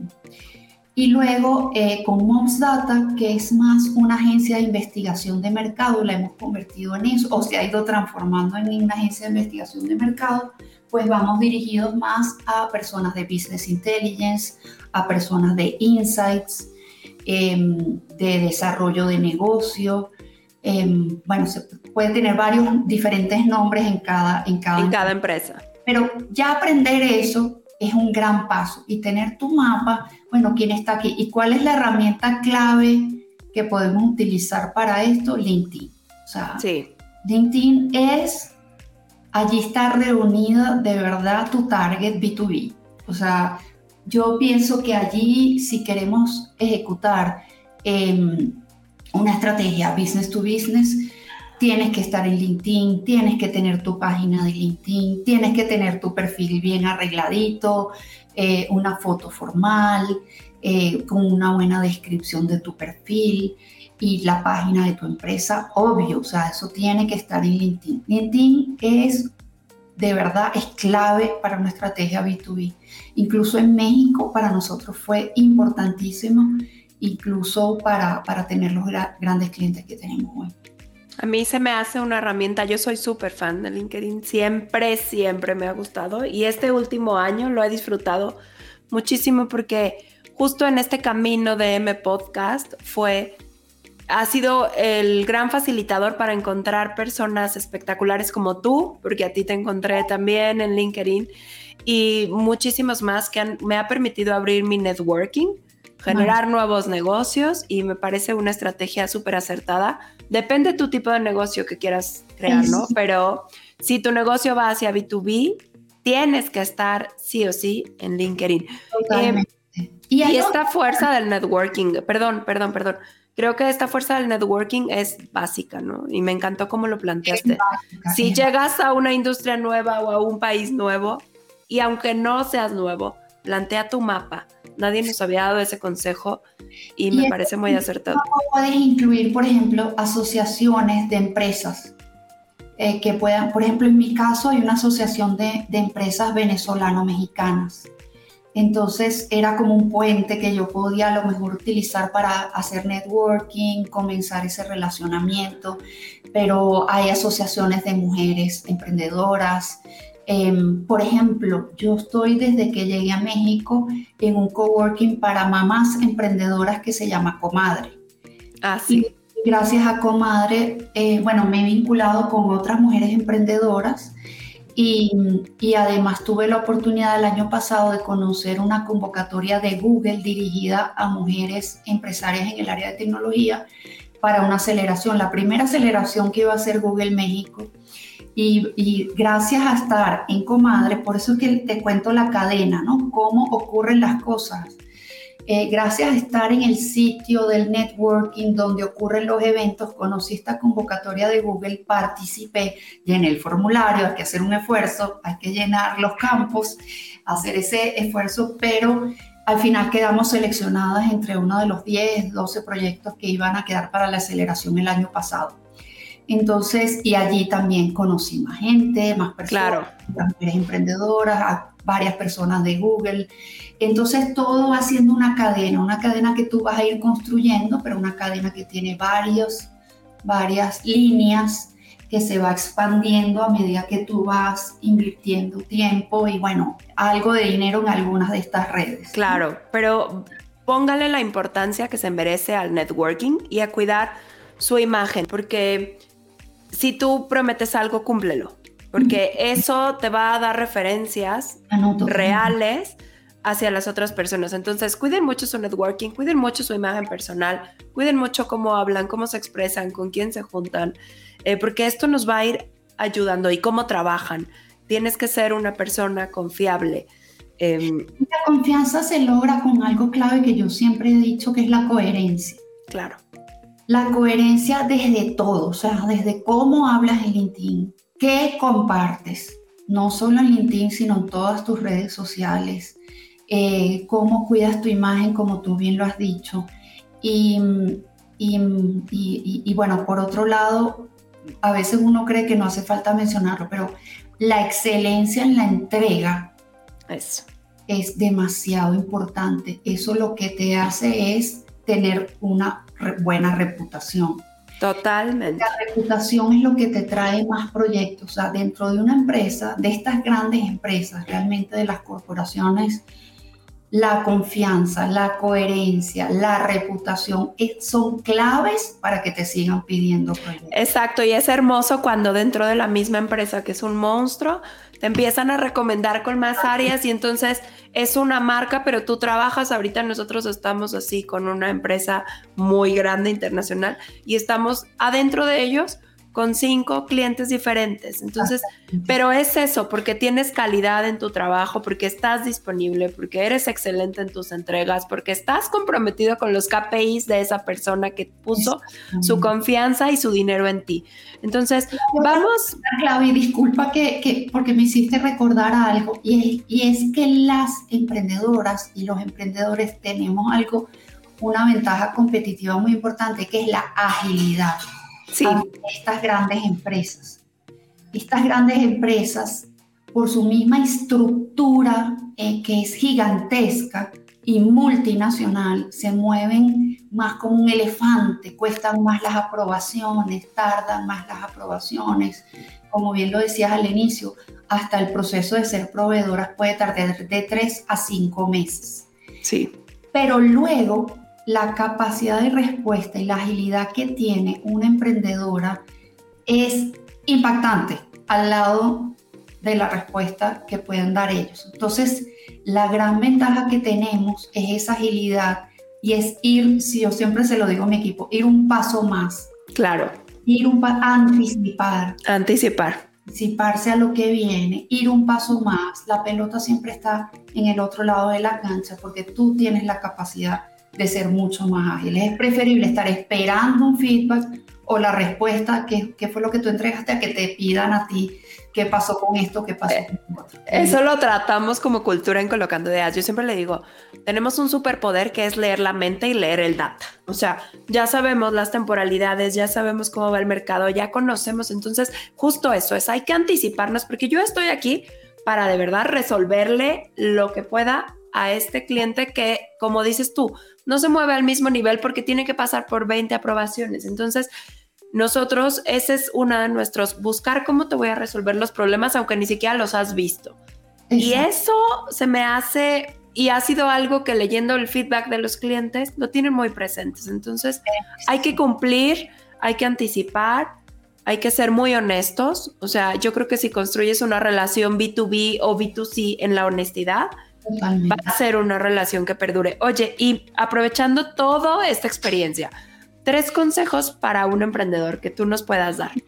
Y luego eh, con Moms Data, que es más una agencia de investigación de mercado, la hemos convertido en eso, o se ha ido transformando en una agencia de investigación de mercado, pues vamos dirigidos más a personas de Business Intelligence, a personas de Insights, eh, de desarrollo de negocio. Eh, bueno, se puede tener varios diferentes nombres en cada, en cada, en cada empresa. Pero ya aprender eso es un gran paso, y tener tu mapa, bueno, quién está aquí y cuál es la herramienta clave que podemos utilizar para esto. LinkedIn. O sea, sí. LinkedIn es, allí está reunida de verdad tu target B dos B. O sea, yo pienso que allí, si queremos ejecutar eh, una estrategia business to business, tienes que estar en LinkedIn, tienes que tener tu página de LinkedIn, tienes que tener tu perfil bien arregladito, eh, una foto formal, eh, con una buena descripción de tu perfil y la página de tu empresa, obvio, o sea, eso tiene que estar en LinkedIn. LinkedIn es, de verdad, es clave para una estrategia B dos B. Incluso en México para nosotros fue importantísimo incluso para, para tener los gra- grandes clientes que tenemos hoy. A mí se me hace una herramienta, yo soy súper fan de LinkedIn, siempre, siempre me ha gustado y este último año lo he disfrutado muchísimo porque justo en este camino de M Podcast fue, ha sido el gran facilitador para encontrar personas espectaculares como tú, porque a ti te encontré también en LinkedIn y muchísimos más que han, me ha permitido abrir mi networking, generar bueno. nuevos negocios y me parece una estrategia súper acertada. Depende tu tipo de negocio que quieras crear, ¿no? Pero si tu negocio va hacia B dos B, tienes que estar sí o sí en LinkedIn. Totalmente. Eh, y y esta fuerza del networking, perdón, perdón, perdón. Creo que esta fuerza del networking es básica, ¿no? Y me encantó cómo lo planteaste. Es básica, si es llegas básica. a una industria nueva o a un país nuevo, y aunque no seas nuevo, plantea tu mapa. Nadie nos había dado ese consejo y, y me parece muy acertado. Puedes incluir, por ejemplo, asociaciones de empresas eh, que puedan, por ejemplo, en mi caso hay una asociación de, de empresas venezolano-mexicanas. Entonces era como un puente que yo podía a lo mejor utilizar para hacer networking, comenzar ese relacionamiento, pero hay asociaciones de mujeres emprendedoras. Eh, por ejemplo, yo estoy desde que llegué a México en un coworking para mamás emprendedoras que se llama Comadre. Ah, sí. Y gracias a Comadre, eh, bueno, me he vinculado con otras mujeres emprendedoras y, y además tuve la oportunidad el año pasado de conocer una convocatoria de Google dirigida a mujeres empresarias en el área de tecnología para una aceleración, la primera aceleración que iba a hacer Google México. Y, y gracias a estar en Comadre, por eso es que te cuento la cadena, ¿no? Cómo ocurren las cosas. Eh, gracias a estar en el sitio del networking donde ocurren los eventos, conocí esta convocatoria de Google, participé, llené el formulario, hay que hacer un esfuerzo, hay que llenar los campos, hacer ese esfuerzo, pero al final quedamos seleccionadas entre uno de los diez, doce proyectos que iban a quedar para la aceleración el año pasado. Entonces, y allí también conocí más gente, más personas, claro. Las mujeres emprendedoras, a varias personas de Google. Entonces, todo va siendo una cadena, una cadena que tú vas a ir construyendo, pero una cadena que tiene varios, varias líneas que se va expandiendo a medida que tú vas invirtiendo tiempo y, bueno, algo de dinero en algunas de estas redes. Claro, ¿no? Pero póngale la importancia que se merece al networking y a cuidar su imagen, porque si tú prometes algo, cúmplelo, porque eso te va a dar referencias reales hacia las otras personas. Entonces, cuiden mucho su networking, cuiden mucho su imagen personal, cuiden mucho cómo hablan, cómo se expresan, con quién se juntan, eh, porque esto nos va a ir ayudando y cómo trabajan. Tienes que ser una persona confiable. Eh, la confianza se logra con algo clave que yo siempre he dicho, que es la coherencia. Claro. La coherencia desde todo, o sea, desde cómo hablas en LinkedIn, qué compartes, no solo en LinkedIn, sino en todas tus redes sociales, eh, cómo cuidas tu imagen, como tú bien lo has dicho. Y, y, y, y, y bueno, por otro lado, a veces uno cree que no hace falta mencionarlo, pero la excelencia en la entrega Eso. es demasiado importante. Eso lo que te hace es tener una re- buena reputación. Totalmente. La reputación es lo que te trae más proyectos. O sea, dentro de una empresa, de estas grandes empresas, realmente de las corporaciones, la confianza, la coherencia, la reputación es, son claves para que te sigan pidiendo proyectos. Exacto, y es hermoso cuando dentro de la misma empresa, que es un monstruo, te empiezan a recomendar con más áreas y entonces es una marca, pero tú trabajas. Ahorita nosotros estamos así con una empresa muy grande internacional y estamos adentro de ellos con cinco clientes diferentes. Entonces, pero es eso, porque tienes calidad en tu trabajo, porque estás disponible, porque eres excelente en tus entregas, porque estás comprometido con los K P Is de esa persona que puso su confianza y su dinero en ti. Entonces, vamos... Claudia, disculpa que, que, porque me hiciste recordar algo, y es, y es que las emprendedoras y los emprendedores tenemos algo, una ventaja competitiva muy importante, que es la agilidad. Sí. Estas grandes empresas. Estas grandes empresas, por su misma estructura, eh, que es gigantesca, y multinacional se mueven más como un elefante, cuestan más las aprobaciones, tardan más las aprobaciones. Como bien lo decías al inicio, hasta el proceso de ser proveedoras puede tardar de tres a cinco meses. Sí. Pero luego la capacidad de respuesta y la agilidad que tiene una emprendedora es impactante al lado de la respuesta que pueden dar ellos. Entonces, la gran ventaja que tenemos es esa agilidad y es ir, si yo siempre se lo digo a mi equipo, ir un paso más. Claro. Ir un paso, anticipar. Anticipar. Anticiparse a lo que viene, ir un paso más. La pelota siempre está en el otro lado de la cancha porque tú tienes la capacidad de ser mucho más ágil. Es preferible estar esperando un feedback o la respuesta, que, que fue lo que tú entregaste, a que te pidan a ti qué pasó con esto, qué pasó eh, con otro. Eso lo tratamos como cultura en Colocando Ideas. Yo siempre le digo, tenemos un superpoder que es leer la mente y leer el data. O sea, ya sabemos las temporalidades, ya sabemos cómo va el mercado, ya conocemos. Entonces, justo eso es, hay que anticiparnos porque yo estoy aquí para de verdad resolverle lo que pueda a este cliente que, como dices tú, no se mueve al mismo nivel porque tiene que pasar por veinte aprobaciones. Entonces, nosotros, ese es uno de nuestros, buscar cómo te voy a resolver los problemas aunque ni siquiera los has visto. Exacto. Y eso se me hace, y ha sido algo que leyendo el feedback de los clientes lo tienen muy presentes. Entonces, hay que cumplir, hay que anticipar, hay que ser muy honestos. O sea, yo creo que si construyes una relación B dos B o B dos C en la honestidad, totalmente, va a ser una relación que perdure. Oye, y aprovechando toda esta experiencia, tres consejos para un emprendedor que tú nos puedas dar.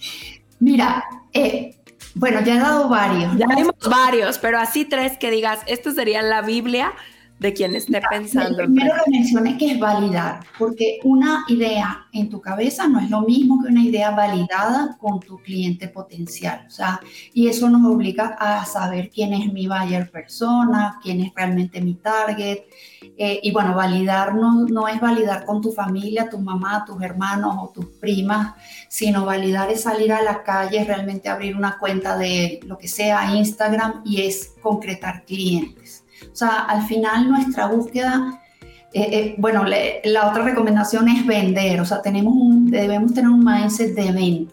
Mira, eh, bueno, ya he dado varios. Ya ¿no? dimos varios, pero así tres que digas, esto sería la Biblia de quien esté pensando. El primero lo mencioné, que es validar, porque una idea en tu cabeza no es lo mismo que una idea validada con tu cliente potencial. O sea, y eso nos obliga a saber quién es mi buyer persona, quién es realmente mi target. Eh, y bueno, validar no, no es validar con tu familia, tu mamá, tus hermanos o tus primas, sino validar es salir a la calle, realmente abrir una cuenta de lo que sea, Instagram, y es concretar clientes. O sea, al final nuestra búsqueda, eh, eh, bueno, le, la otra recomendación es vender. O sea, tenemos un, debemos tener un mindset de venta.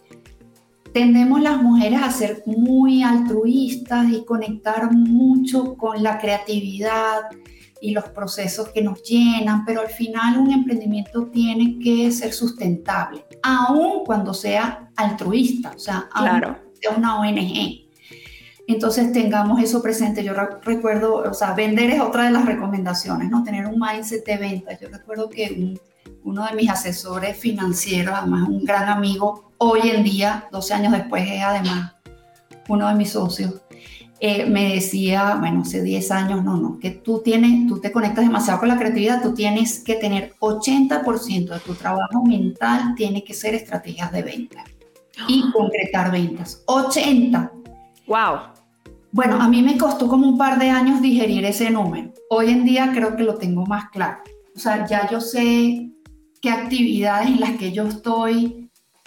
Tendemos las mujeres a ser muy altruistas y conectar mucho con la creatividad y los procesos que nos llenan, pero al final un emprendimiento tiene que ser sustentable, aun cuando sea altruista, o sea, claro, aun cuando sea una O N G. Entonces tengamos eso presente. Yo recuerdo, o sea, vender es otra de las recomendaciones, ¿no? Tener un mindset de venta. Yo recuerdo que un, uno de mis asesores financieros, además un gran amigo, hoy en día, doce años después, es además uno de mis socios, eh, me decía, bueno, hace diez años, no, no, que tú tienes, tú te conectas demasiado con la creatividad, tú tienes que tener ochenta por ciento de tu trabajo mental tiene que ser estrategias de venta y concretar ventas. ochenta. Wow. Bueno, a mí me costó como un par de años digerir ese número. Hoy en día creo que lo tengo más claro. O sea, ya yo sé qué actividades en las que yo estoy,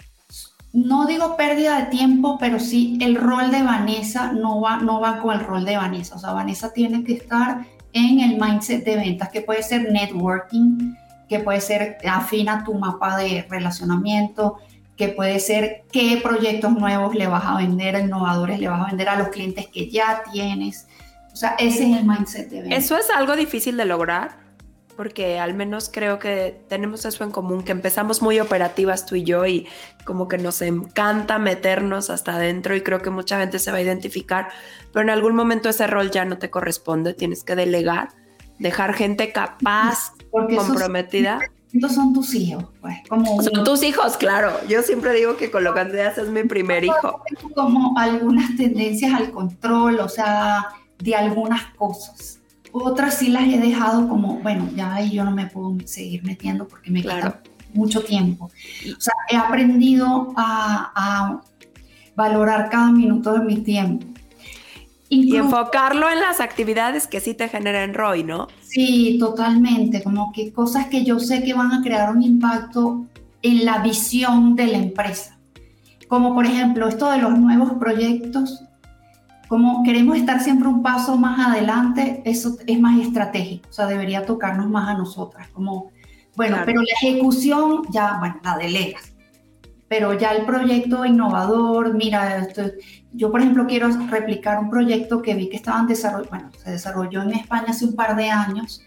no digo pérdida de tiempo, pero sí el rol de Vanessa no va, no va con el rol de Vanessa. O sea, Vanessa tiene que estar en el mindset de ventas, que puede ser networking, que puede ser afina tu mapa de relacionamiento, que puede ser qué proyectos nuevos le vas a vender, innovadores le vas a vender a los clientes que ya tienes. O sea, ese es el mindset de venta. Eso es algo difícil de lograr, porque al menos creo que tenemos eso en común, que empezamos muy operativas tú y yo y como que nos encanta meternos hasta adentro y creo que mucha gente se va a identificar, pero en algún momento ese rol ya no te corresponde, tienes que delegar, dejar gente capaz, porque comprometida. Esos... Estos son tus hijos, pues. Como son tus hijos, claro. Yo siempre digo que Colocando Ideas es mi primer hijo. Como algunas tendencias al control, o sea, de algunas cosas. Otras sí las he dejado como, bueno, ya ahí yo no me puedo seguir metiendo porque me claro. quita mucho tiempo. O sea, he aprendido a, a valorar cada minuto de mi tiempo. Incluso, y enfocarlo en las actividades que sí te generan R O I, ¿no? Sí, totalmente, como que cosas que yo sé que van a crear un impacto en la visión de la empresa. Como por ejemplo, esto de los nuevos proyectos, como queremos estar siempre un paso más adelante, eso es más estratégico, o sea, debería tocarnos más a nosotras, como, bueno, Claro. pero la ejecución ya, bueno, la delegas. Pero ya el proyecto innovador, mira, esto, yo por ejemplo quiero replicar un proyecto que vi que estaban desarrollando, bueno, se desarrolló en España hace un par de años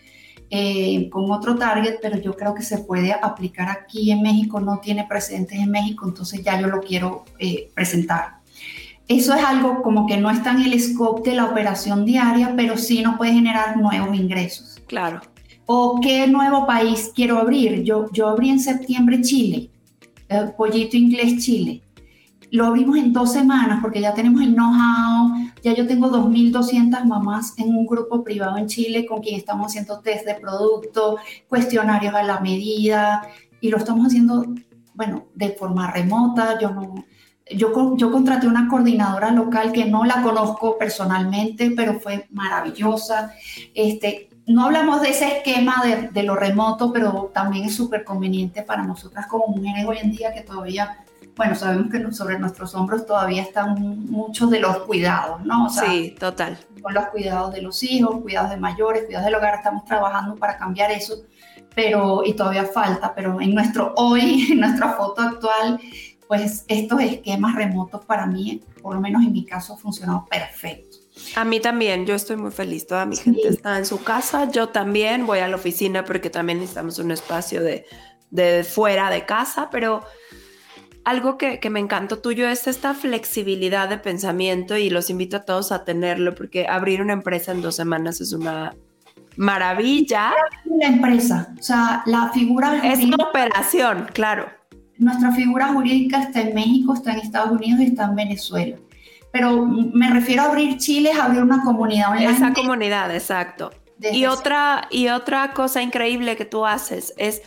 eh, con otro target, pero yo creo que se puede aplicar aquí en México, no tiene precedentes en México, entonces ya yo lo quiero eh, presentar. Eso es algo como que no está en el scope de la operación diaria, pero sí nos puede generar nuevos ingresos. Claro. ¿O qué nuevo país quiero abrir? Yo, yo abrí en septiembre Chile. El Pollito Inglés Chile. Lo abrimos en dos semanas porque ya tenemos el know-how, ya yo tengo dos mil doscientas mamás en un grupo privado en Chile con quien estamos haciendo test de producto, cuestionarios a la medida y lo estamos haciendo, bueno, de forma remota. Yo, no, yo, yo contraté una coordinadora local que no la conozco personalmente, pero fue maravillosa. Este, No hablamos de ese esquema de, de lo remoto, pero también es súper conveniente para nosotras como mujeres hoy en día que todavía, bueno, sabemos que sobre nuestros hombros todavía están muchos de los cuidados, ¿no? O sea, sí, total. Con los cuidados de los hijos, cuidados de mayores, cuidados del hogar, estamos trabajando para cambiar eso, pero, y todavía falta, pero en nuestro hoy, en nuestra foto actual, pues estos esquemas remotos para mí, por lo menos en mi caso, han funcionado perfecto. A mí también, yo estoy muy feliz, toda mi Sí. gente está en su casa, yo también voy a la oficina porque también necesitamos un espacio de, de fuera de casa, pero algo que, que me encantó tuyo es esta flexibilidad de pensamiento y los invito a todos a tenerlo porque abrir una empresa en dos semanas es una maravilla. La empresa, o sea, la figura Es jurídica, una operación, claro. nuestra figura jurídica está en México, está en Estados Unidos y está en Venezuela. Pero me refiero a abrir Chile, es abrir una comunidad online. Esa comunidad, exacto. Y otra, y otra cosa increíble que tú haces es,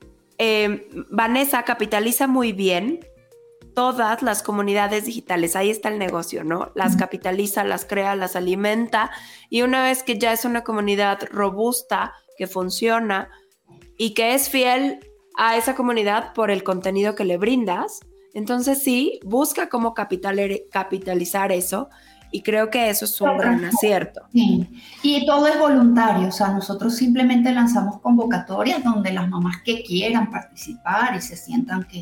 eh, Vanessa capitaliza muy bien todas las comunidades digitales. Ahí está el negocio, ¿no? Las uh-huh. capitaliza, las crea, las alimenta. Y una vez que ya es una comunidad robusta, que funciona y que es fiel a esa comunidad por el contenido que le brindas, entonces sí, busca cómo capitalizar eso y creo que eso es un gran acierto. Sí, y todo es voluntario, o sea, nosotros simplemente lanzamos convocatorias donde las mamás que quieran participar y se sientan que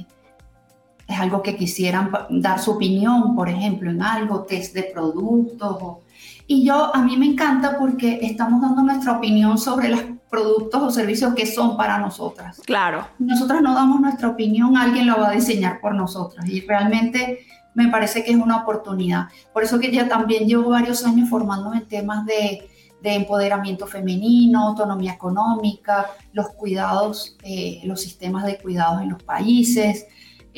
es algo que quisieran dar su opinión, por ejemplo, en algo, test de productos. O, y yo, a mí me encanta porque estamos dando nuestra opinión sobre los productos o servicios que son para nosotras. Claro. Nosotras no damos nuestra opinión, alguien la va a diseñar por nosotras y realmente me parece que es una oportunidad. Por eso que ya también llevo varios años formándome en temas de, de empoderamiento femenino, autonomía económica, los cuidados, eh, los sistemas de cuidados en los países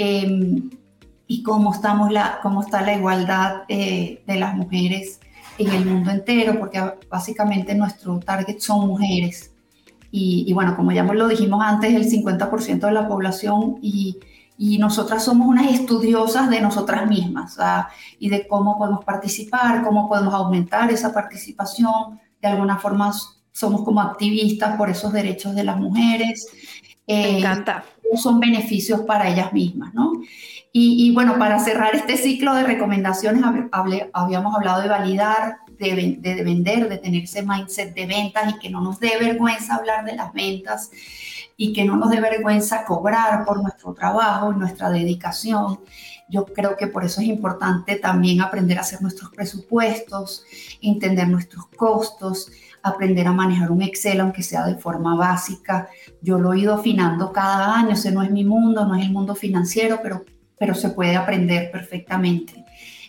eh, y cómo, estamos la, cómo está la igualdad eh, de las mujeres en el mundo entero, porque básicamente nuestro target son mujeres. Y, y bueno, como ya lo dijimos antes, el cincuenta por ciento de la población y, y nosotras somos unas estudiosas de nosotras mismas, ¿sabes? Y de cómo podemos participar, cómo podemos aumentar esa participación. De alguna forma somos como activistas por esos derechos de las mujeres. Me eh, encanta. Son beneficios para ellas mismas, ¿no? Y, y bueno, para cerrar este ciclo de recomendaciones, hable, habíamos hablado de validar, de, de, de vender, de tener ese mindset de ventas y que no nos dé vergüenza hablar de las ventas y que no nos dé vergüenza cobrar por nuestro trabajo y nuestra dedicación. Yo creo que por eso es importante también aprender a hacer nuestros presupuestos, entender nuestros costos, aprender a manejar un Excel, aunque sea de forma básica. Yo lo he ido afinando cada año, ese no es mi mundo, no es el mundo financiero, pero, pero se puede aprender perfectamente.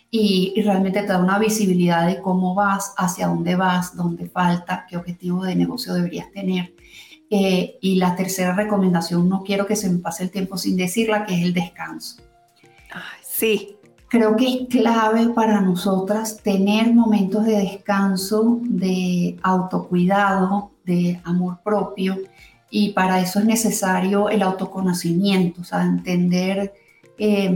Y, y realmente te da una visibilidad de cómo vas, hacia dónde vas, dónde falta, qué objetivo de negocio deberías tener. Eh, y la tercera recomendación, no quiero que se me pase el tiempo sin decirla, que es el descanso. Ay, sí. Creo que es clave para nosotras tener momentos de descanso, de autocuidado, de amor propio, y para eso es necesario el autoconocimiento, o sea, entender eh,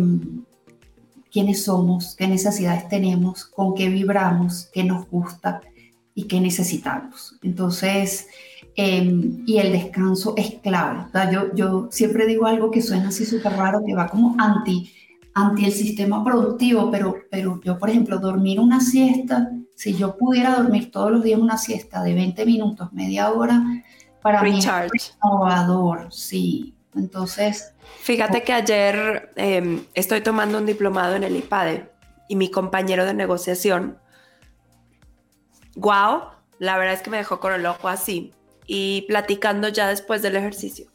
quiénes somos, qué necesidades tenemos, con qué vibramos, qué nos gusta y qué necesitamos. Entonces, eh, y el descanso es clave. O sea, yo, yo siempre digo algo que suena así súper raro, que va como anti anti el sistema productivo, pero, pero yo, por ejemplo, dormir una siesta, si yo pudiera dormir todos los días una siesta de veinte minutos, media hora, para Recharge. mí es innovador, sí. Entonces... Fíjate que ayer eh, estoy tomando un diplomado en el IPADE y mi compañero de negociación, wow, la verdad es que me dejó con el ojo así. Y platicando ya después del ejercicio,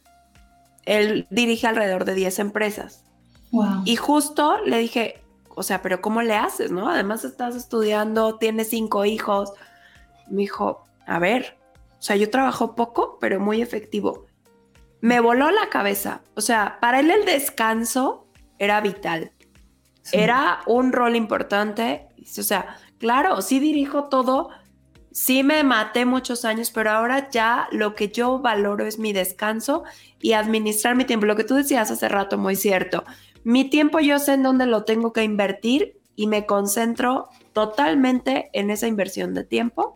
él dirige alrededor de diez empresas. Wow. Y justo le dije, o sea, pero ¿cómo le haces, no? Además estás estudiando, tienes cinco hijos. Me dijo, a ver, o sea, yo trabajo poco, pero muy efectivo. Me voló la cabeza. O sea, para él el descanso era vital. Sí. Era un rol importante. O sea, claro, sí dirijo todo, sí me maté muchos años, pero ahora ya lo que yo valoro es mi descanso y administrar mi tiempo. Lo que tú decías hace rato, muy cierto. Mi tiempo yo sé en dónde lo tengo que invertir y me concentro totalmente en esa inversión de tiempo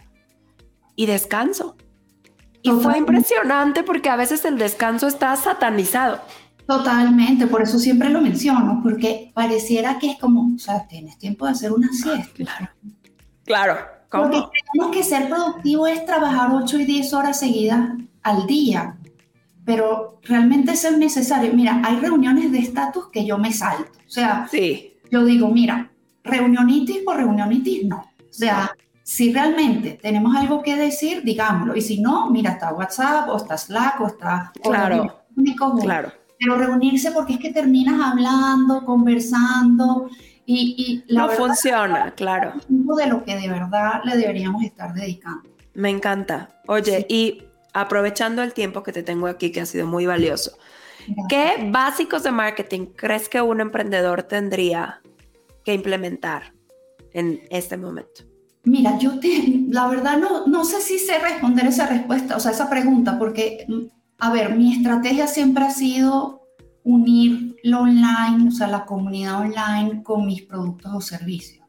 y descanso. Y fue impresionante porque a veces el descanso está satanizado. Totalmente, por eso siempre lo menciono, porque pareciera que es como, o sea, tienes tiempo de hacer una siesta. Claro, claro. ¿Cómo? Porque creemos que ser productivo es trabajar ocho y diez horas seguidas al día, pero realmente eso es necesario. Mira, hay reuniones de estatus que yo me salto, o sea, sí. Yo digo, mira, reunionitis por reunionitis no, o sea, si realmente tenemos algo que decir, digámoslo, y si no, mira, está WhatsApp, o está Slack, o está... Claro, o, claro. Pero reunirse porque es que terminas hablando, conversando, y, y la no verdad, funciona, claro. De lo que de verdad le deberíamos estar dedicando. Me encanta. Oye, sí. Y aprovechando el tiempo que te tengo aquí, que ha sido muy valioso, gracias. ¿Qué básicos de marketing crees que un emprendedor tendría que implementar en este momento? Mira, yo te, la verdad no, no sé si sé responder esa respuesta, o sea, esa pregunta, porque, a ver, mi estrategia siempre ha sido unir lo online, o sea, la comunidad online con mis productos o servicios.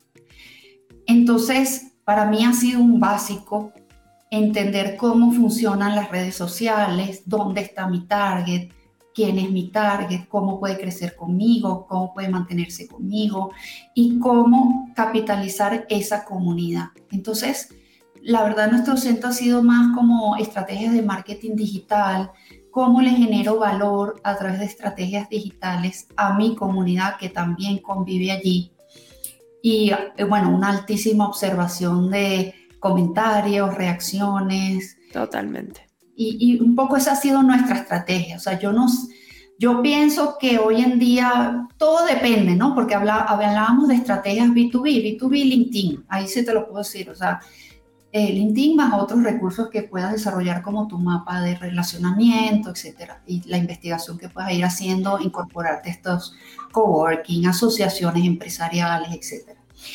Entonces, para mí ha sido un básico entender cómo funcionan las redes sociales, dónde está mi target, quién es mi target, cómo puede crecer conmigo, cómo puede mantenerse conmigo y cómo capitalizar esa comunidad. Entonces, la verdad, nuestro centro ha sido más como estrategias de marketing digital, cómo le genero valor a través de estrategias digitales a mi comunidad que también convive allí. Y bueno, una altísima observación de comentarios, reacciones. Totalmente. Y, y un poco esa ha sido nuestra estrategia. O sea, yo, no, yo pienso que hoy en día todo depende, ¿no? Porque habla, hablábamos de estrategias B dos B, B dos B LinkedIn, ahí sí te lo puedo decir. O sea, eh, LinkedIn más otros recursos que puedas desarrollar como tu mapa de relacionamiento, etcétera. Y la investigación que puedas ir haciendo, incorporarte a estos coworking, asociaciones empresariales, etcétera.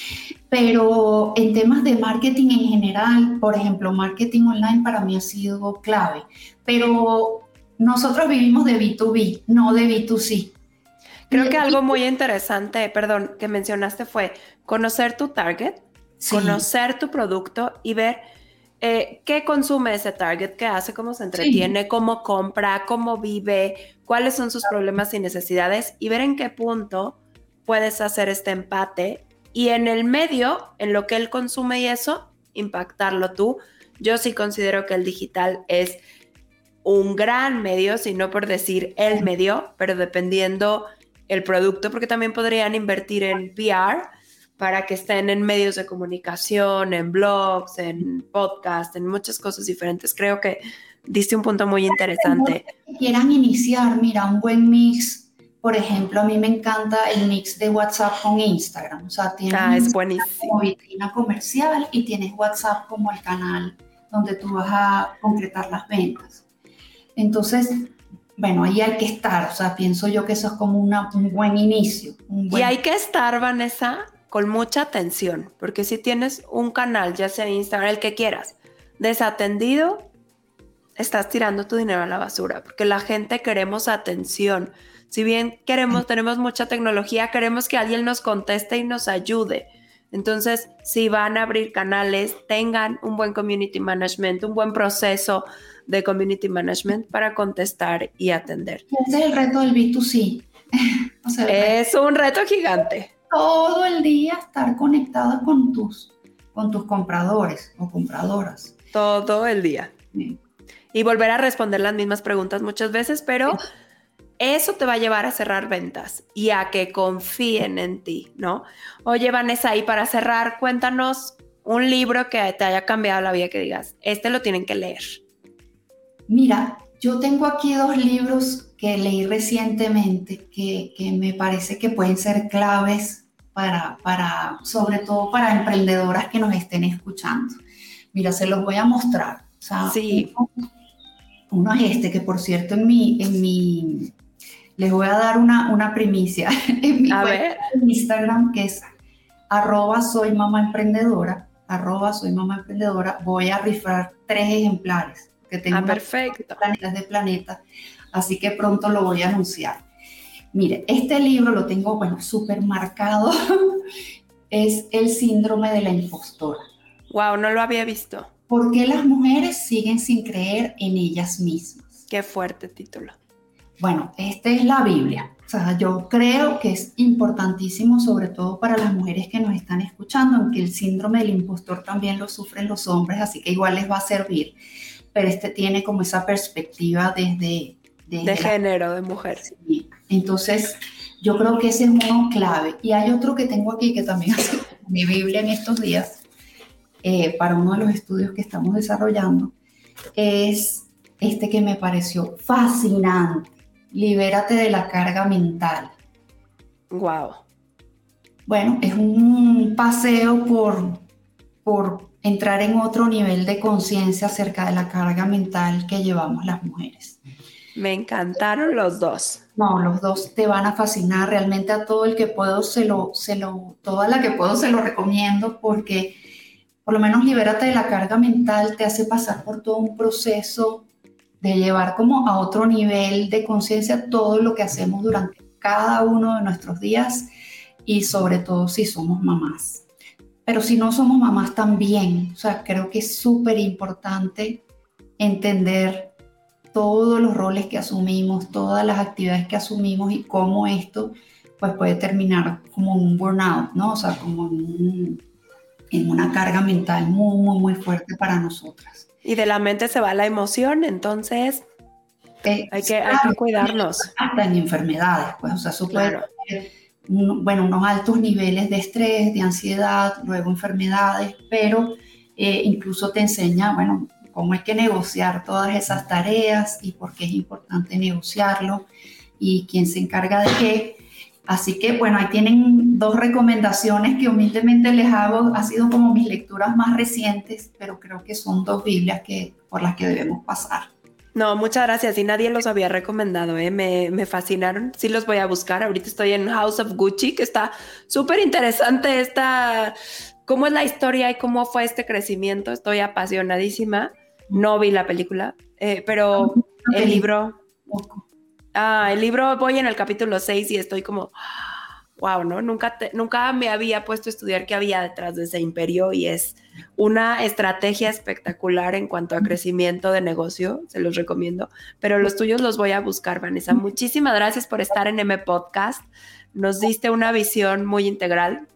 Pero en temas de marketing en general, por ejemplo, marketing online para mí ha sido clave. Pero nosotros vivimos de B dos B, no de B dos C. Creo que algo muy interesante, perdón, que mencionaste fue conocer tu target, sí. conocer tu producto y ver eh, qué consume ese target, qué hace, cómo se entretiene, sí. cómo compra, cómo vive, cuáles son sus problemas y necesidades y ver en qué punto puedes hacer este empate. Y en el medio, en lo que él consume y eso, impactarlo tú. Yo sí considero que el digital es un gran medio, si no por decir el medio, pero dependiendo el producto, porque también podrían invertir en P R para que estén en medios de comunicación, en blogs, en podcast, en muchas cosas diferentes. Creo que diste un punto muy interesante. Si quieran iniciar, mira, un buen mix. Por ejemplo, a mí me encanta el mix de WhatsApp con Instagram. O sea, tienes ah, es buenísimo. como vitrina comercial y tienes WhatsApp como el canal donde tú vas a concretar las ventas. Entonces, bueno, ahí hay que estar. O sea, pienso yo que eso es como una, un buen inicio. Un buen... Y hay que estar, Vanessa, con mucha atención. Porque si tienes un canal, ya sea Instagram, el que quieras, desatendido, estás tirando tu dinero a la basura. Porque la gente queremos atención. Si bien queremos, tenemos mucha tecnología, queremos que alguien nos conteste y nos ayude. Entonces, si van a abrir canales, tengan un buen community management, un buen proceso de community management para contestar y atender. Ese es el reto del B dos C. O sea, es un reto gigante. Todo el día estar conectada con tus, con tus compradores o compradoras. Todo el día. Sí. Y volver a responder las mismas preguntas muchas veces, pero sí. Eso te va a llevar a cerrar ventas y a que confíen en ti, ¿no? Oye, Vanessa, y para cerrar, cuéntanos un libro que te haya cambiado la vida, que digas, este lo tienen que leer. Mira, yo tengo aquí dos libros que leí recientemente que, que me parece que pueden ser claves para, para, sobre todo para emprendedoras que nos estén escuchando. Mira, se los voy a mostrar. O sea, sí. Uno, uno es este, que por cierto en mi... En mi les voy a dar una, una primicia en mi a cuenta ver. de Instagram, que es arroba soy mamá emprendedora, arroba soy mamá emprendedora. Voy a rifar tres ejemplares que tengo. Ah, perfecto. Planetas de Planeta, así que pronto lo voy a anunciar. Mire, este libro lo tengo, bueno, súper marcado, es El síndrome de la impostora. Wow, no lo había visto. ¿Por qué las mujeres siguen sin creer en ellas mismas? Qué fuerte título. Bueno, esta es la Biblia. O sea, yo creo que es importantísimo, sobre todo para las mujeres que nos están escuchando, aunque el síndrome del impostor también lo sufren los hombres, así que igual les va a servir. Pero este tiene como esa perspectiva desde... desde de género, de mujer. Sí. Entonces, yo creo que ese es uno clave. Y hay otro que tengo aquí que también es mi Biblia en estos días, eh, para uno de los estudios que estamos desarrollando, es este que me pareció fascinante. Libérate de la carga mental. Wow. Bueno, es un paseo por, por entrar en otro nivel de conciencia acerca de la carga mental que llevamos las mujeres. Me encantaron los dos. No, los dos te van a fascinar. Realmente a todo el que puedo, se lo, se lo, toda la que puedo se lo recomiendo, porque por lo menos Libérate de la carga mental te hace pasar por todo un proceso de llevar como a otro nivel de conciencia todo lo que hacemos durante cada uno de nuestros días, y sobre todo si somos mamás. Pero si no somos mamás también, o sea, creo que es súper importante entender todos los roles que asumimos, todas las actividades que asumimos y cómo esto pues puede terminar como un burnout, ¿no? O sea, como en, un, en una carga mental muy, muy, muy fuerte para nosotras. Y de la mente se va la emoción, entonces eh, hay, que, hay que cuidarnos. Hasta en enfermedades, pues, o sea, eso puede claro. tener, un, bueno, unos altos niveles de estrés, de ansiedad, luego enfermedades, pero eh, incluso te enseña, bueno, cómo hay que negociar todas esas tareas y por qué es importante negociarlo y quién se encarga de qué. Así que, bueno, ahí tienen dos recomendaciones que humildemente les hago. Ha sido como mis lecturas más recientes, pero creo que son dos Biblias que, por las que debemos pasar. No, muchas gracias. Y nadie los había recomendado, ¿eh? Me, me fascinaron. Sí los voy a buscar. Ahorita estoy en House of Gucci, que está súper interesante esta... cómo es la historia y cómo fue este crecimiento. Estoy apasionadísima. No vi la película, eh, pero no, el libro... Poco. Ah, el libro voy en el capítulo seis y estoy como, wow, ¿no? Nunca, te, nunca me había puesto a estudiar qué había detrás de ese imperio, y es una estrategia espectacular en cuanto a crecimiento de negocio, se los recomiendo, pero los tuyos los voy a buscar, Vanessa. Muchísimas gracias por estar en M Podcast, nos diste una visión muy integral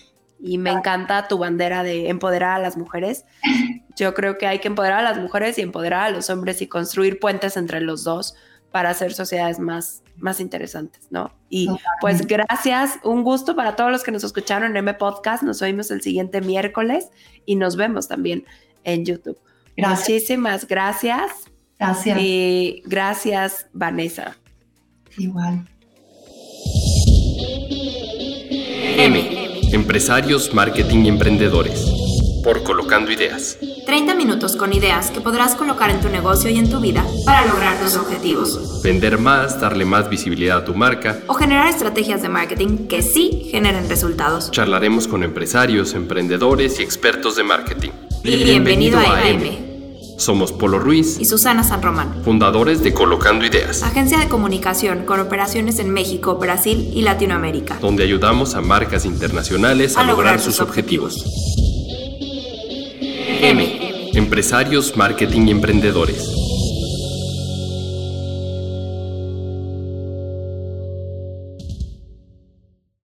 y me encanta tu bandera de empoderar a las mujeres. Yo creo que hay que empoderar a las mujeres y empoderar a los hombres y construir puentes entre los dos para hacer sociedades más, más interesantes, ¿no? Y pues gracias, un gusto para todos los que nos escucharon en M Podcast. Nos oímos el siguiente miércoles y nos vemos también en YouTube. Gracias. Muchísimas gracias. Gracias. Y gracias, Vanessa. Igual. M. Empresarios, Marketing y Emprendedores. Por Colocando Ideas. treinta minutos con ideas que podrás colocar en tu negocio y en tu vida para lograr tus objetivos. Vender más, darle más visibilidad a tu marca. O generar estrategias de marketing que sí generen resultados. Charlaremos con empresarios, emprendedores y expertos de marketing. Bienvenido, Bienvenido a, a M. M. Somos Polo Ruiz y Susana San Román, fundadores de Colocando Ideas, agencia de comunicación con operaciones en México, Brasil y Latinoamérica, donde ayudamos a marcas internacionales a, a lograr, lograr sus objetivos. objetivos. M. Empresarios, Marketing y Emprendedores.